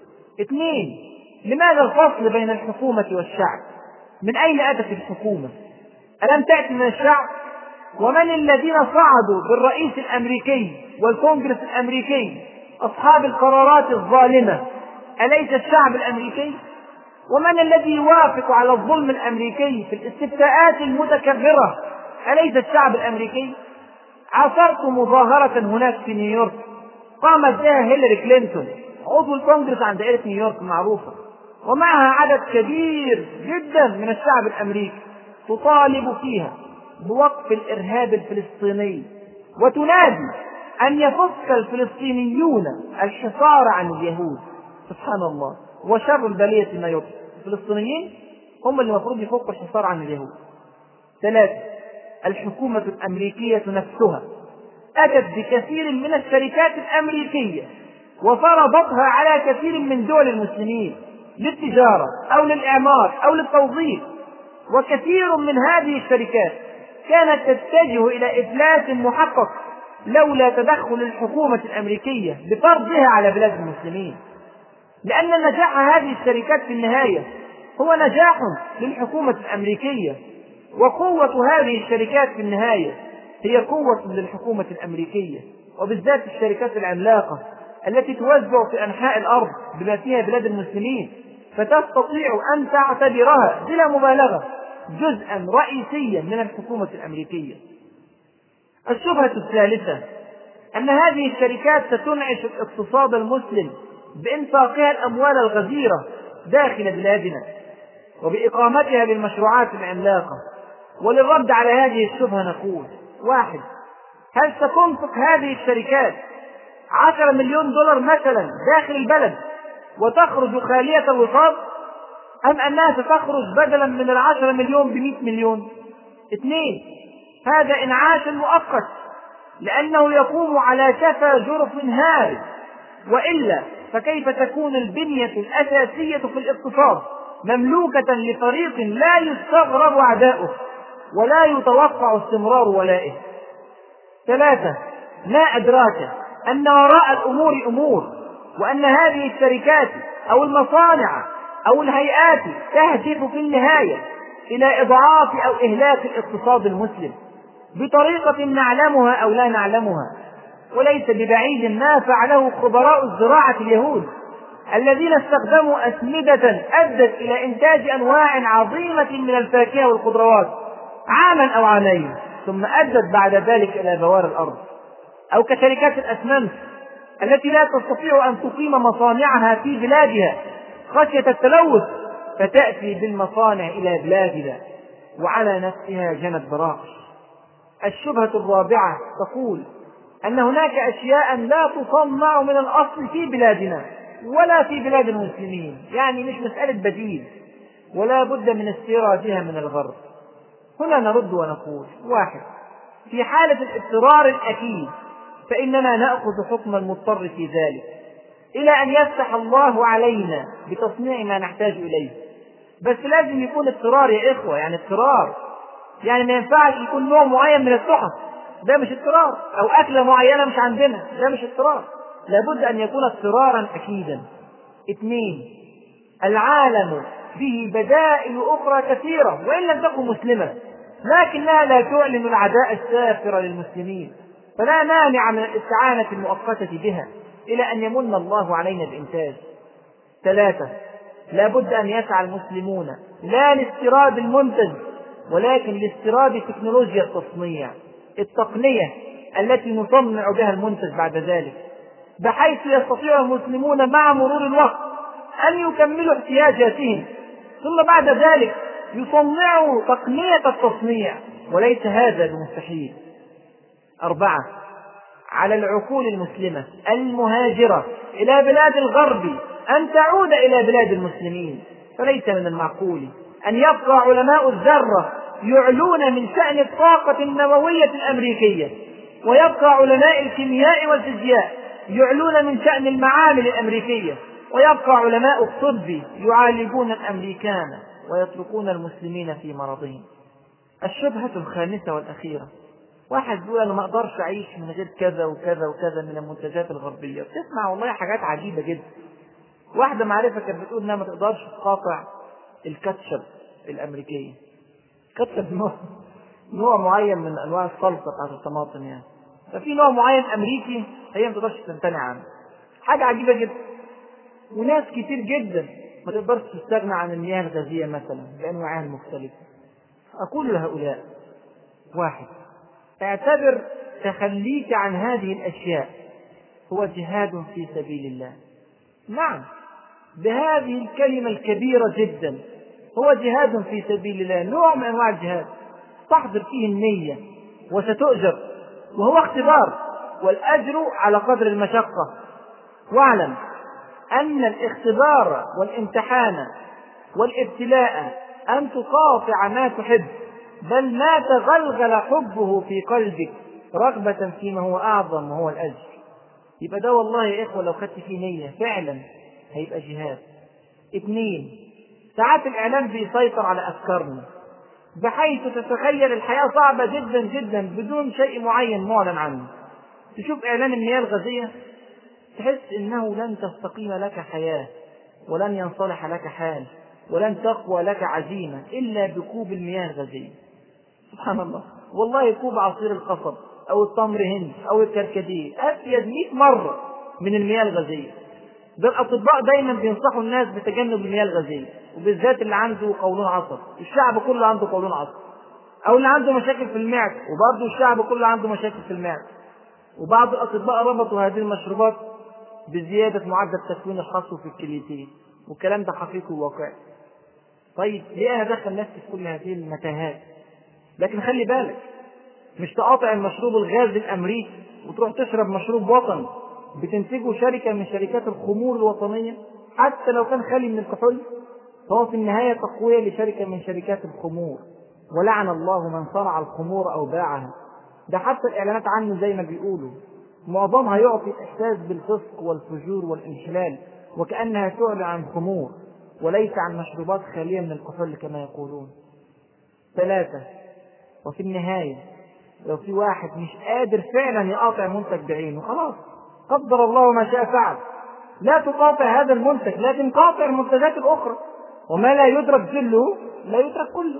2. لماذا الفصل بين الحكومة والشعب؟ من أين أتت الحكومة؟ ألم تأتي من الشعب؟ ومن الذين صعدوا بالرئيس الأمريكي والكونغرس الأمريكي أصحاب القرارات الظالمة؟ أليس الشعب الأمريكي؟ ومن الذي يوافق على الظلم الأمريكي في الاستفتاءات المتكررة؟ أليس الشعب الأمريكي؟ عاصرت مظاهرة هناك في نيويورك قامت بها هيلاري كلينتون عضو الكونغرس عن دائرة نيويورك المعروفة، ومعها عدد كبير جدا من الشعب الأمريكي، تطالب فيها بوقف الإرهاب الفلسطيني، وتنادي أن يفك الفلسطينيون الحصار عن اليهود. سبحان الله، وشر البلية ما يطلق الفلسطينيين هم اللي المفروض يفكوا الحصار عن اليهود. 3. الحكومة الأمريكية نفسها أتت بكثير من الشركات الأمريكية وفرضتها على كثير من دول المسلمين للتجارة أو للإعمار أو للتوظيف، وكثير من هذه الشركات كانت تتجه إلى إفلاس محقق لولا تدخل الحكومة الأمريكية بفرضها على بلاد المسلمين. لأن نجاح هذه الشركات في النهاية هو نجاح للحكومة الأمريكية، وقوة هذه الشركات في النهاية هي قوة للحكومة الأمريكية، وبالذات الشركات العملاقة التي توزع في أنحاء الأرض بما فيها بلاد المسلمين، فتستطيع أن تعتبرها بلا مبالغة جزءا رئيسيا من الحكومة الأمريكية. الشبهة الثالثة أن هذه الشركات ستنعش الاقتصاد المسلم بإنفاقها الأموال الغزيرة داخل بلادنا وبإقامتها للمشروعات العملاقة. وللرد على هذه الشبهة نقول: 1. هل ستنفق هذه الشركات 10 مليون دولار مثلا داخل البلد وتخرج خالية الوفاض، أم أنها ستخرج بدلا من 10 مليون ب100 مليون؟ 2. هذا إنعاش مؤقت لأنه يقوم على شفا جرف هائل، وإلا فكيف تكون البنية الأساسية في الاقتصاد مملوكة لفريق لا يستغرب أعداؤه ولا يتوقع استمرار ولائه؟ 3. ما أدراك أن وراء الأمور أمور، وأن هذه الشركات أو المصانع أو الهيئات تهدف في النهاية إلى إضعاف أو إهلاك الاقتصاد المسلم بطريقة نعلمها أو لا نعلمها. وليس ببعيد ما فعله خبراء الزراعة اليهود الذين استخدموا أسمدة أدت إلى إنتاج أنواع عظيمة من الفاكهة والخضروات عاما أو عامين، ثم أدت بعد ذلك إلى بوار الأرض. أو كشركات الأسمنت التي لا تستطيع أن تقيم مصانعها في بلادها خشية التلوث، فتأتي بالمصانع إلى بلادنا وعلى نفسها جنت براقش. الشبهة الرابعة تقول أن هناك أشياء لا تصنع من الأصل في بلادنا ولا في بلاد المسلمين، يعني مش مسألة بديل ولا بد من استيرادها من الغرب. هنا نرد ونقول: 1. في حالة الاضطرار الأكيد فإننا نأخذ حكم المضطر في ذلك إلى أن يفتح الله علينا بتصنيع ما نحتاج إليه. بس لازم يكون اضطرار يا إخوة، يعني اضطرار، يعني ما ينفعش يكون نوع معين من التحف، ده مش اضطرار، أو أكلة معينة مش عندنا، ده مش اضطرار، لابد أن يكون اضطرارا أكيدا. 2، العالم فيه بدائل أخرى كثيرة وإن لم تكن مسلمة، لكنها لا تعلن العداء السافر للمسلمين، فلا مانع من الاستعانة المؤقتة بها إلى أن يمن الله علينا بإنتاج. 3، لا بد أن يسعى المسلمون لا لاستيراد المنتج، ولكن لاستيراد تكنولوجيا التصنيع، التقنية التي نصنع بها المنتج بعد ذلك، بحيث يستطيع المسلمون مع مرور الوقت أن يكملوا احتياجاتهم، ثم بعد ذلك يصنعوا تقنية التصنيع، وليس هذا بمستحيل. 4، على العقول المسلمة المهاجرة إلى بلاد الغرب أن تعود إلى بلاد المسلمين، فليس من المعقول أن يبقى علماء الذرة يعلون من شأن الطاقة النووية الأمريكية، ويبقى علماء الكيمياء والفيزياء يعلون من شأن المعامل الأمريكية، ويبقى علماء الطب يعالجون الأمريكان ويتركون المسلمين في مرضهم. الشبهة الخامسة والأخيرة، واحد يقول أنا ما أقدرش أعيش من غير كذا وكذا وكذا من المنتجات الغربية، بتسمع والله حاجات عجيبة جدا. واحدة معرفة كانت بتقول إنها ما تقدرش تقاطع الكاتشب الأمريكية. كاتشب نوع معين من أنواع الصلصة بتاعت الطماطم يعني، ففي نوع معين أمريكي هي ما تقدرش تمتنع عنه، حاجة عجيبة جدا. وناس كتير جدا ما تقدرش تستغنى عن المياه الغازية مثلا بأنواعها المختلفة. أقول لهؤلاء: 1، اعتبر تخليك عن هذه الأشياء هو جهاد في سبيل الله. نعم، بهذه الكلمة الكبيرة جدا، هو جهاد في سبيل الله، نوع من أنواع الجهاد تحضر فيه النية وستؤجر، وهو اختبار، والأجر على قدر المشقة. واعلم أن الاختبار والامتحان والابتلاء أن تقاطع ما تحب، بل ما تغلغل حبه في قلبك رغبة فيما هو أعظم وهو الأجر. يبقى ده والله يا إخوة لو خدت فيه نية فعلا هيبقى جهاد. 2، ساعات الإعلام بيسيطر على أفكارنا بحيث تتخيل الحياة صعبة جدا جدا بدون شيء معين معلن عنه. تشوف إعلان المياه الغازية تحس إنه لن تستقيم لك حياة، ولن ينصلح لك حال، ولن تقوى لك عزيمة إلا بكوب المياه الغازية. سبحان الله، والله كوب عصير القصب أو التمر هند أو الكركديه أفيد 100 مرة من المياه الغازية. ده الأطباء دايما بينصحوا الناس بتجنب المياه الغازية، وبالذات اللي عنده قولون عصب. الشعب كله عنده قولون عصب، أو اللي عنده مشاكل في المعدة، وبرضه الشعب كله عنده مشاكل في المعدة. وبعض الأطباء ربطوا هذه المشروبات بزيادة معدل تكوين الخصو في الكليتين، والكلام ده حقيقي وواقعي. طيب ليه أدخل نفسي في كل هذه المتاهات؟ لكن خلي بالك، مش تقاطع المشروب الغازي الأمريكي وتروح تشرب مشروب وطني بتنتجه شركة من شركات الخمور الوطنية، حتى لو كان خالي من الكحول، فهو في النهاية تقوية لشركة من شركات الخمور، ولعن الله من صنع الخمور أو باعها. ده حتى الإعلانات عنه زي ما بيقولوا معظمها يعطي الإحساس بالفسق والفجور والانحلال، وكأنها تعلن عن خمور وليس عن مشروبات خالية من الكحول كما يقولون. 3، وفي النهاية لو في واحد مش قادر فعلا يقاطع منتج بعينه، خلاص قدر الله ما شاء فعل، لا تقاطع هذا المنتج، لكن قاطع المنتجات الأخرى، وما لا يدرك جله لا يدرك كله.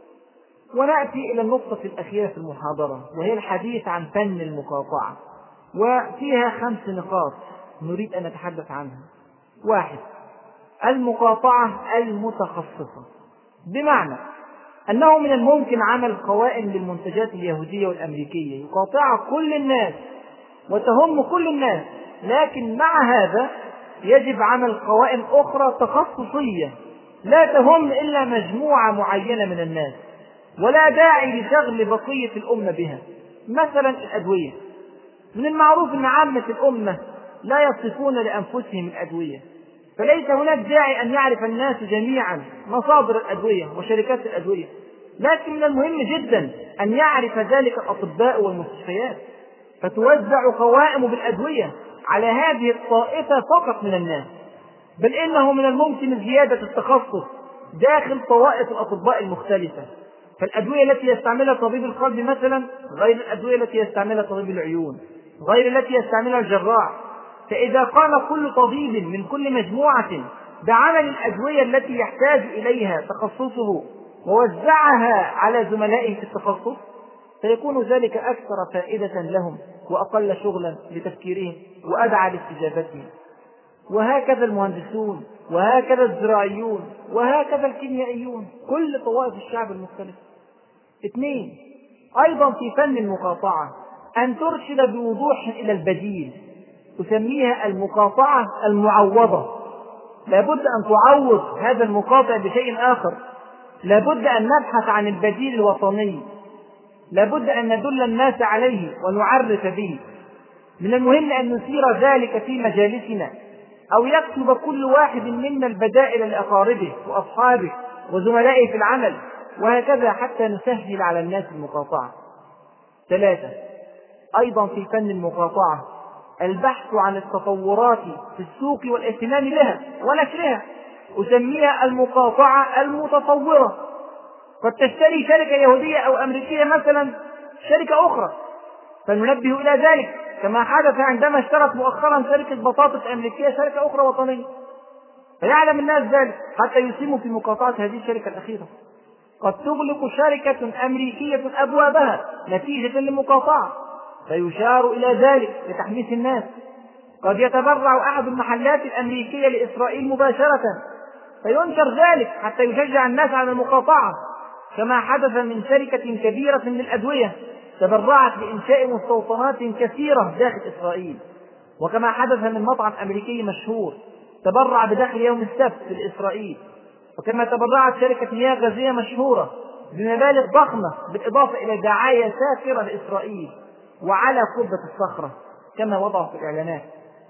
ونأتي إلى النقطة الأخيرة في المحاضرة، وهي الحديث عن فن المقاطعة، وفيها 5 نقاط نريد أن نتحدث عنها. 1، المقاطعة المتخصصة، بمعنى أنه من الممكن عمل قوائم للمنتجات اليهودية والأمريكية يقاطع كل الناس وتهم كل الناس، لكن مع هذا يجب عمل قوائم أخرى تخصصية لا تهم إلا مجموعة معينة من الناس، ولا داعي لشغل بقية الأمة بها. مثلا الأدوية، من المعروف أن عامة الأمة لا يصفون لأنفسهم الأدوية، فليس هناك داعي أن يعرف الناس جميعا مصادر الأدوية وشركات الأدوية، لكن من المهم جدا أن يعرف ذلك الأطباء والمستشفيات. فتوزع قوائم بالأدوية على هذه الطائفة فقط من الناس، بل إنه من الممكن زيادة التخصص داخل طوائف الأطباء المختلفة. فالأدوية التي يستعملها طبيب القلب مثلا غير الأدوية التي يستعملها طبيب العيون، غير التي يستعملها الجراح. فإذا قام كل طبيب من كل مجموعة بعمل الأدوية التي يحتاج إليها تخصصه ووزعها على زملائه في التخصص، فيكون ذلك أكثر فائدة لهم وأقل شغلا لتفكيرهم وأدعى لاستجابتهم. وهكذا المهندسون، وهكذا الزراعيون، وهكذا الكيميائيون، كل طوائف الشعب المختلف. 2. أيضا في فن المقاطعة أن ترشد بوضوح إلى البديل، تسميها المقاطعة المعوضة. لابد أن تعوض هذا المقاطع بشيء آخر، لابد أن نبحث عن البديل الوطني، لابد أن ندل الناس عليه ونعرف به. من المهم أن نثير ذلك في مجالسنا، أو يكتب كل واحد منا البدائل لأقاربه وأصحابه وزملائه في العمل، وهكذا حتى نسهل على الناس المقاطعة. 3. أيضا في فن المقاطعة البحث عن التطورات في السوق والاهتمام بها ونشرها، أسميها المقاطعة المتطورة. قد تشتري شركة يهودية أو أمريكية مثلا شركة أخرى، فننبه إلى ذلك، كما حدث عندما اشترت مؤخرا شركة بطاطس أمريكية شركة أخرى وطنية، فيعلم الناس ذلك حتى يسهموا في مقاطعة هذه الشركة الأخيرة. قد تغلق شركة أمريكية أبوابها نتيجة للمقاطعة، فيشار إلى ذلك لتحميس الناس. قد يتبرع أحد المحلات الأمريكية لإسرائيل مباشرة، فينشر ذلك حتى يشجع الناس على المقاطعة، كما حدث من شركة كبيرة للأدوية تبرعت بإنشاء مستوطنات كثيرة داخل إسرائيل، وكما حدث من مطعم أمريكي مشهور تبرع بدخل يوم السبت في إسرائيل، وكما تبرعت شركة مياه غازية مشهورة بمبالغ ضخمة بالإضافة إلى دعاية ساخرة لإسرائيل وعلى قبة الصخرة كما وضعوا في الإعلانات.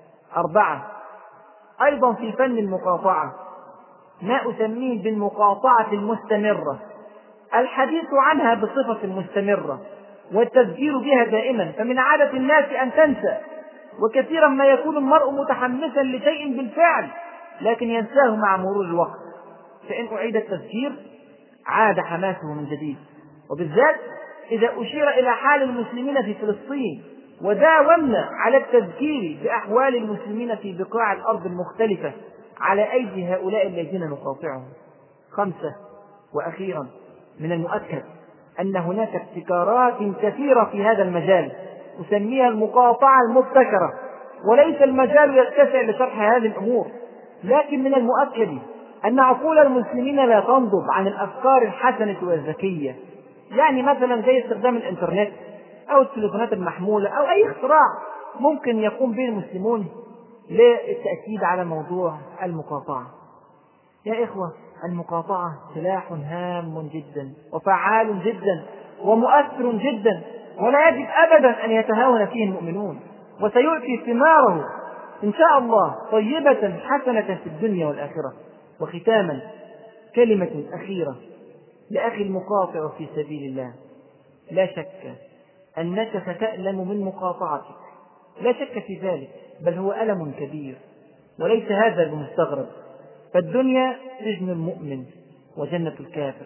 4. أيضا في فن المقاطعة ما أسميه بالمقاطعة المستمرة، الحديث عنها بصفة مستمرة والتذكير بها دائما، فمن عادة الناس أن تنسى، وكثيرا ما يكون المرء متحمسا لشيء بالفعل لكن ينساه مع مرور الوقت، فإن أعيد التذكير عاد حماسه من جديد. وبالذات إذا أشير إلى حال المسلمين في فلسطين وداومنا على التذكير بأحوال المسلمين في بقاع الأرض المختلفة على أيدي هؤلاء الذين نقاطعهم. 5. وأخيرا من المؤكد أن هناك ابتكارات كثيرة في هذا المجال أسميها المقاطعة المبتكرة، وليس المجال يتسع لشرح هذه الأمور، لكن من المؤكد أن عقول المسلمين لا تنضب عن الأفكار الحسنة والذكية، يعني مثلا زي استخدام الإنترنت أو التليفونات المحمولة أو أي اختراع ممكن يقوم به المسلمون للتأكيد على موضوع المقاطعة. يا إخوة، المقاطعة سلاح هام جدا وفعال جدا ومؤثر جدا، ولا يجب أبدا أن يتهاون فيه المؤمنون، وسيؤتي ثماره إن شاء الله طيبة حسنة في الدنيا والآخرة. وختاما كلمة أخيرة لأخي المقاطع في سبيل الله: لا شك أنك ستألم من مقاطعتك، لا شك في ذلك، بل هو ألم كبير وليس هذا بمستغرب، فالدنيا سجن المؤمن وجنة الكافر.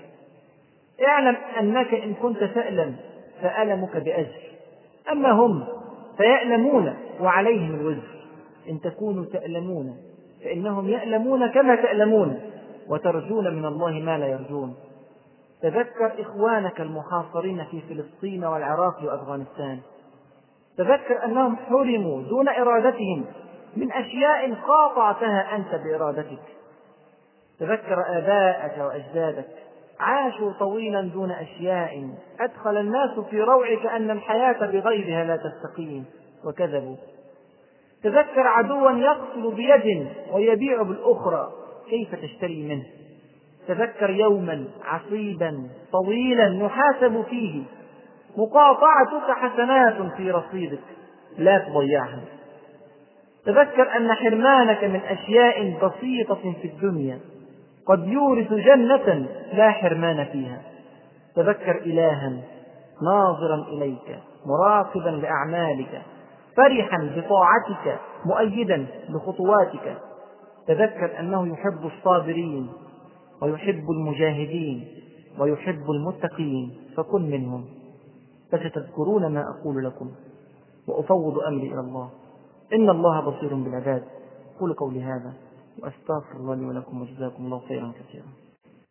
اعلم أنك إن كنت تألم فألمك بأجر، أما هم فيألمون وعليهم الوزر. إن تكونوا تألمون فإنهم يألمون كما تألمون، وترجون من الله ما لا يرجون. تذكر إخوانك المحاصرين في فلسطين والعراق وأفغانستان، تذكر أنهم حرموا دون إرادتهم من أشياء قاطعتها أنت بإرادتك. تذكر آباءك وأجدادك عاشوا طويلا دون أشياء أدخل الناس في روعك أن الحياة بغيرها لا تستقيم، وكذبوا. تذكر عدوا يقتل بيد ويبيع بالأخرى، كيف تشتري منه؟ تذكر يوما عصيبا طويلا نحاسب فيه، مقاطعتك حسنات في رصيدك لا تضيعها. تذكر أن حرمانك من أشياء بسيطة في الدنيا قد يورث جنة لا حرمان فيها. تذكر إلها ناظرا إليك مراقبا لأعمالك فرحا بطاعتك مؤيدا لخطواتك. تذكر أنه يحب الصابرين ويحب المجاهدين ويحب المتقين، فكن منهم. فستذكرون ما أقول لكم وأفوض أمري إلى الله، إن الله بصير بالعباد. قولوا قولي هذا وأستغفر الله لي ولكم وجزاكم الله خيرا كثيرا.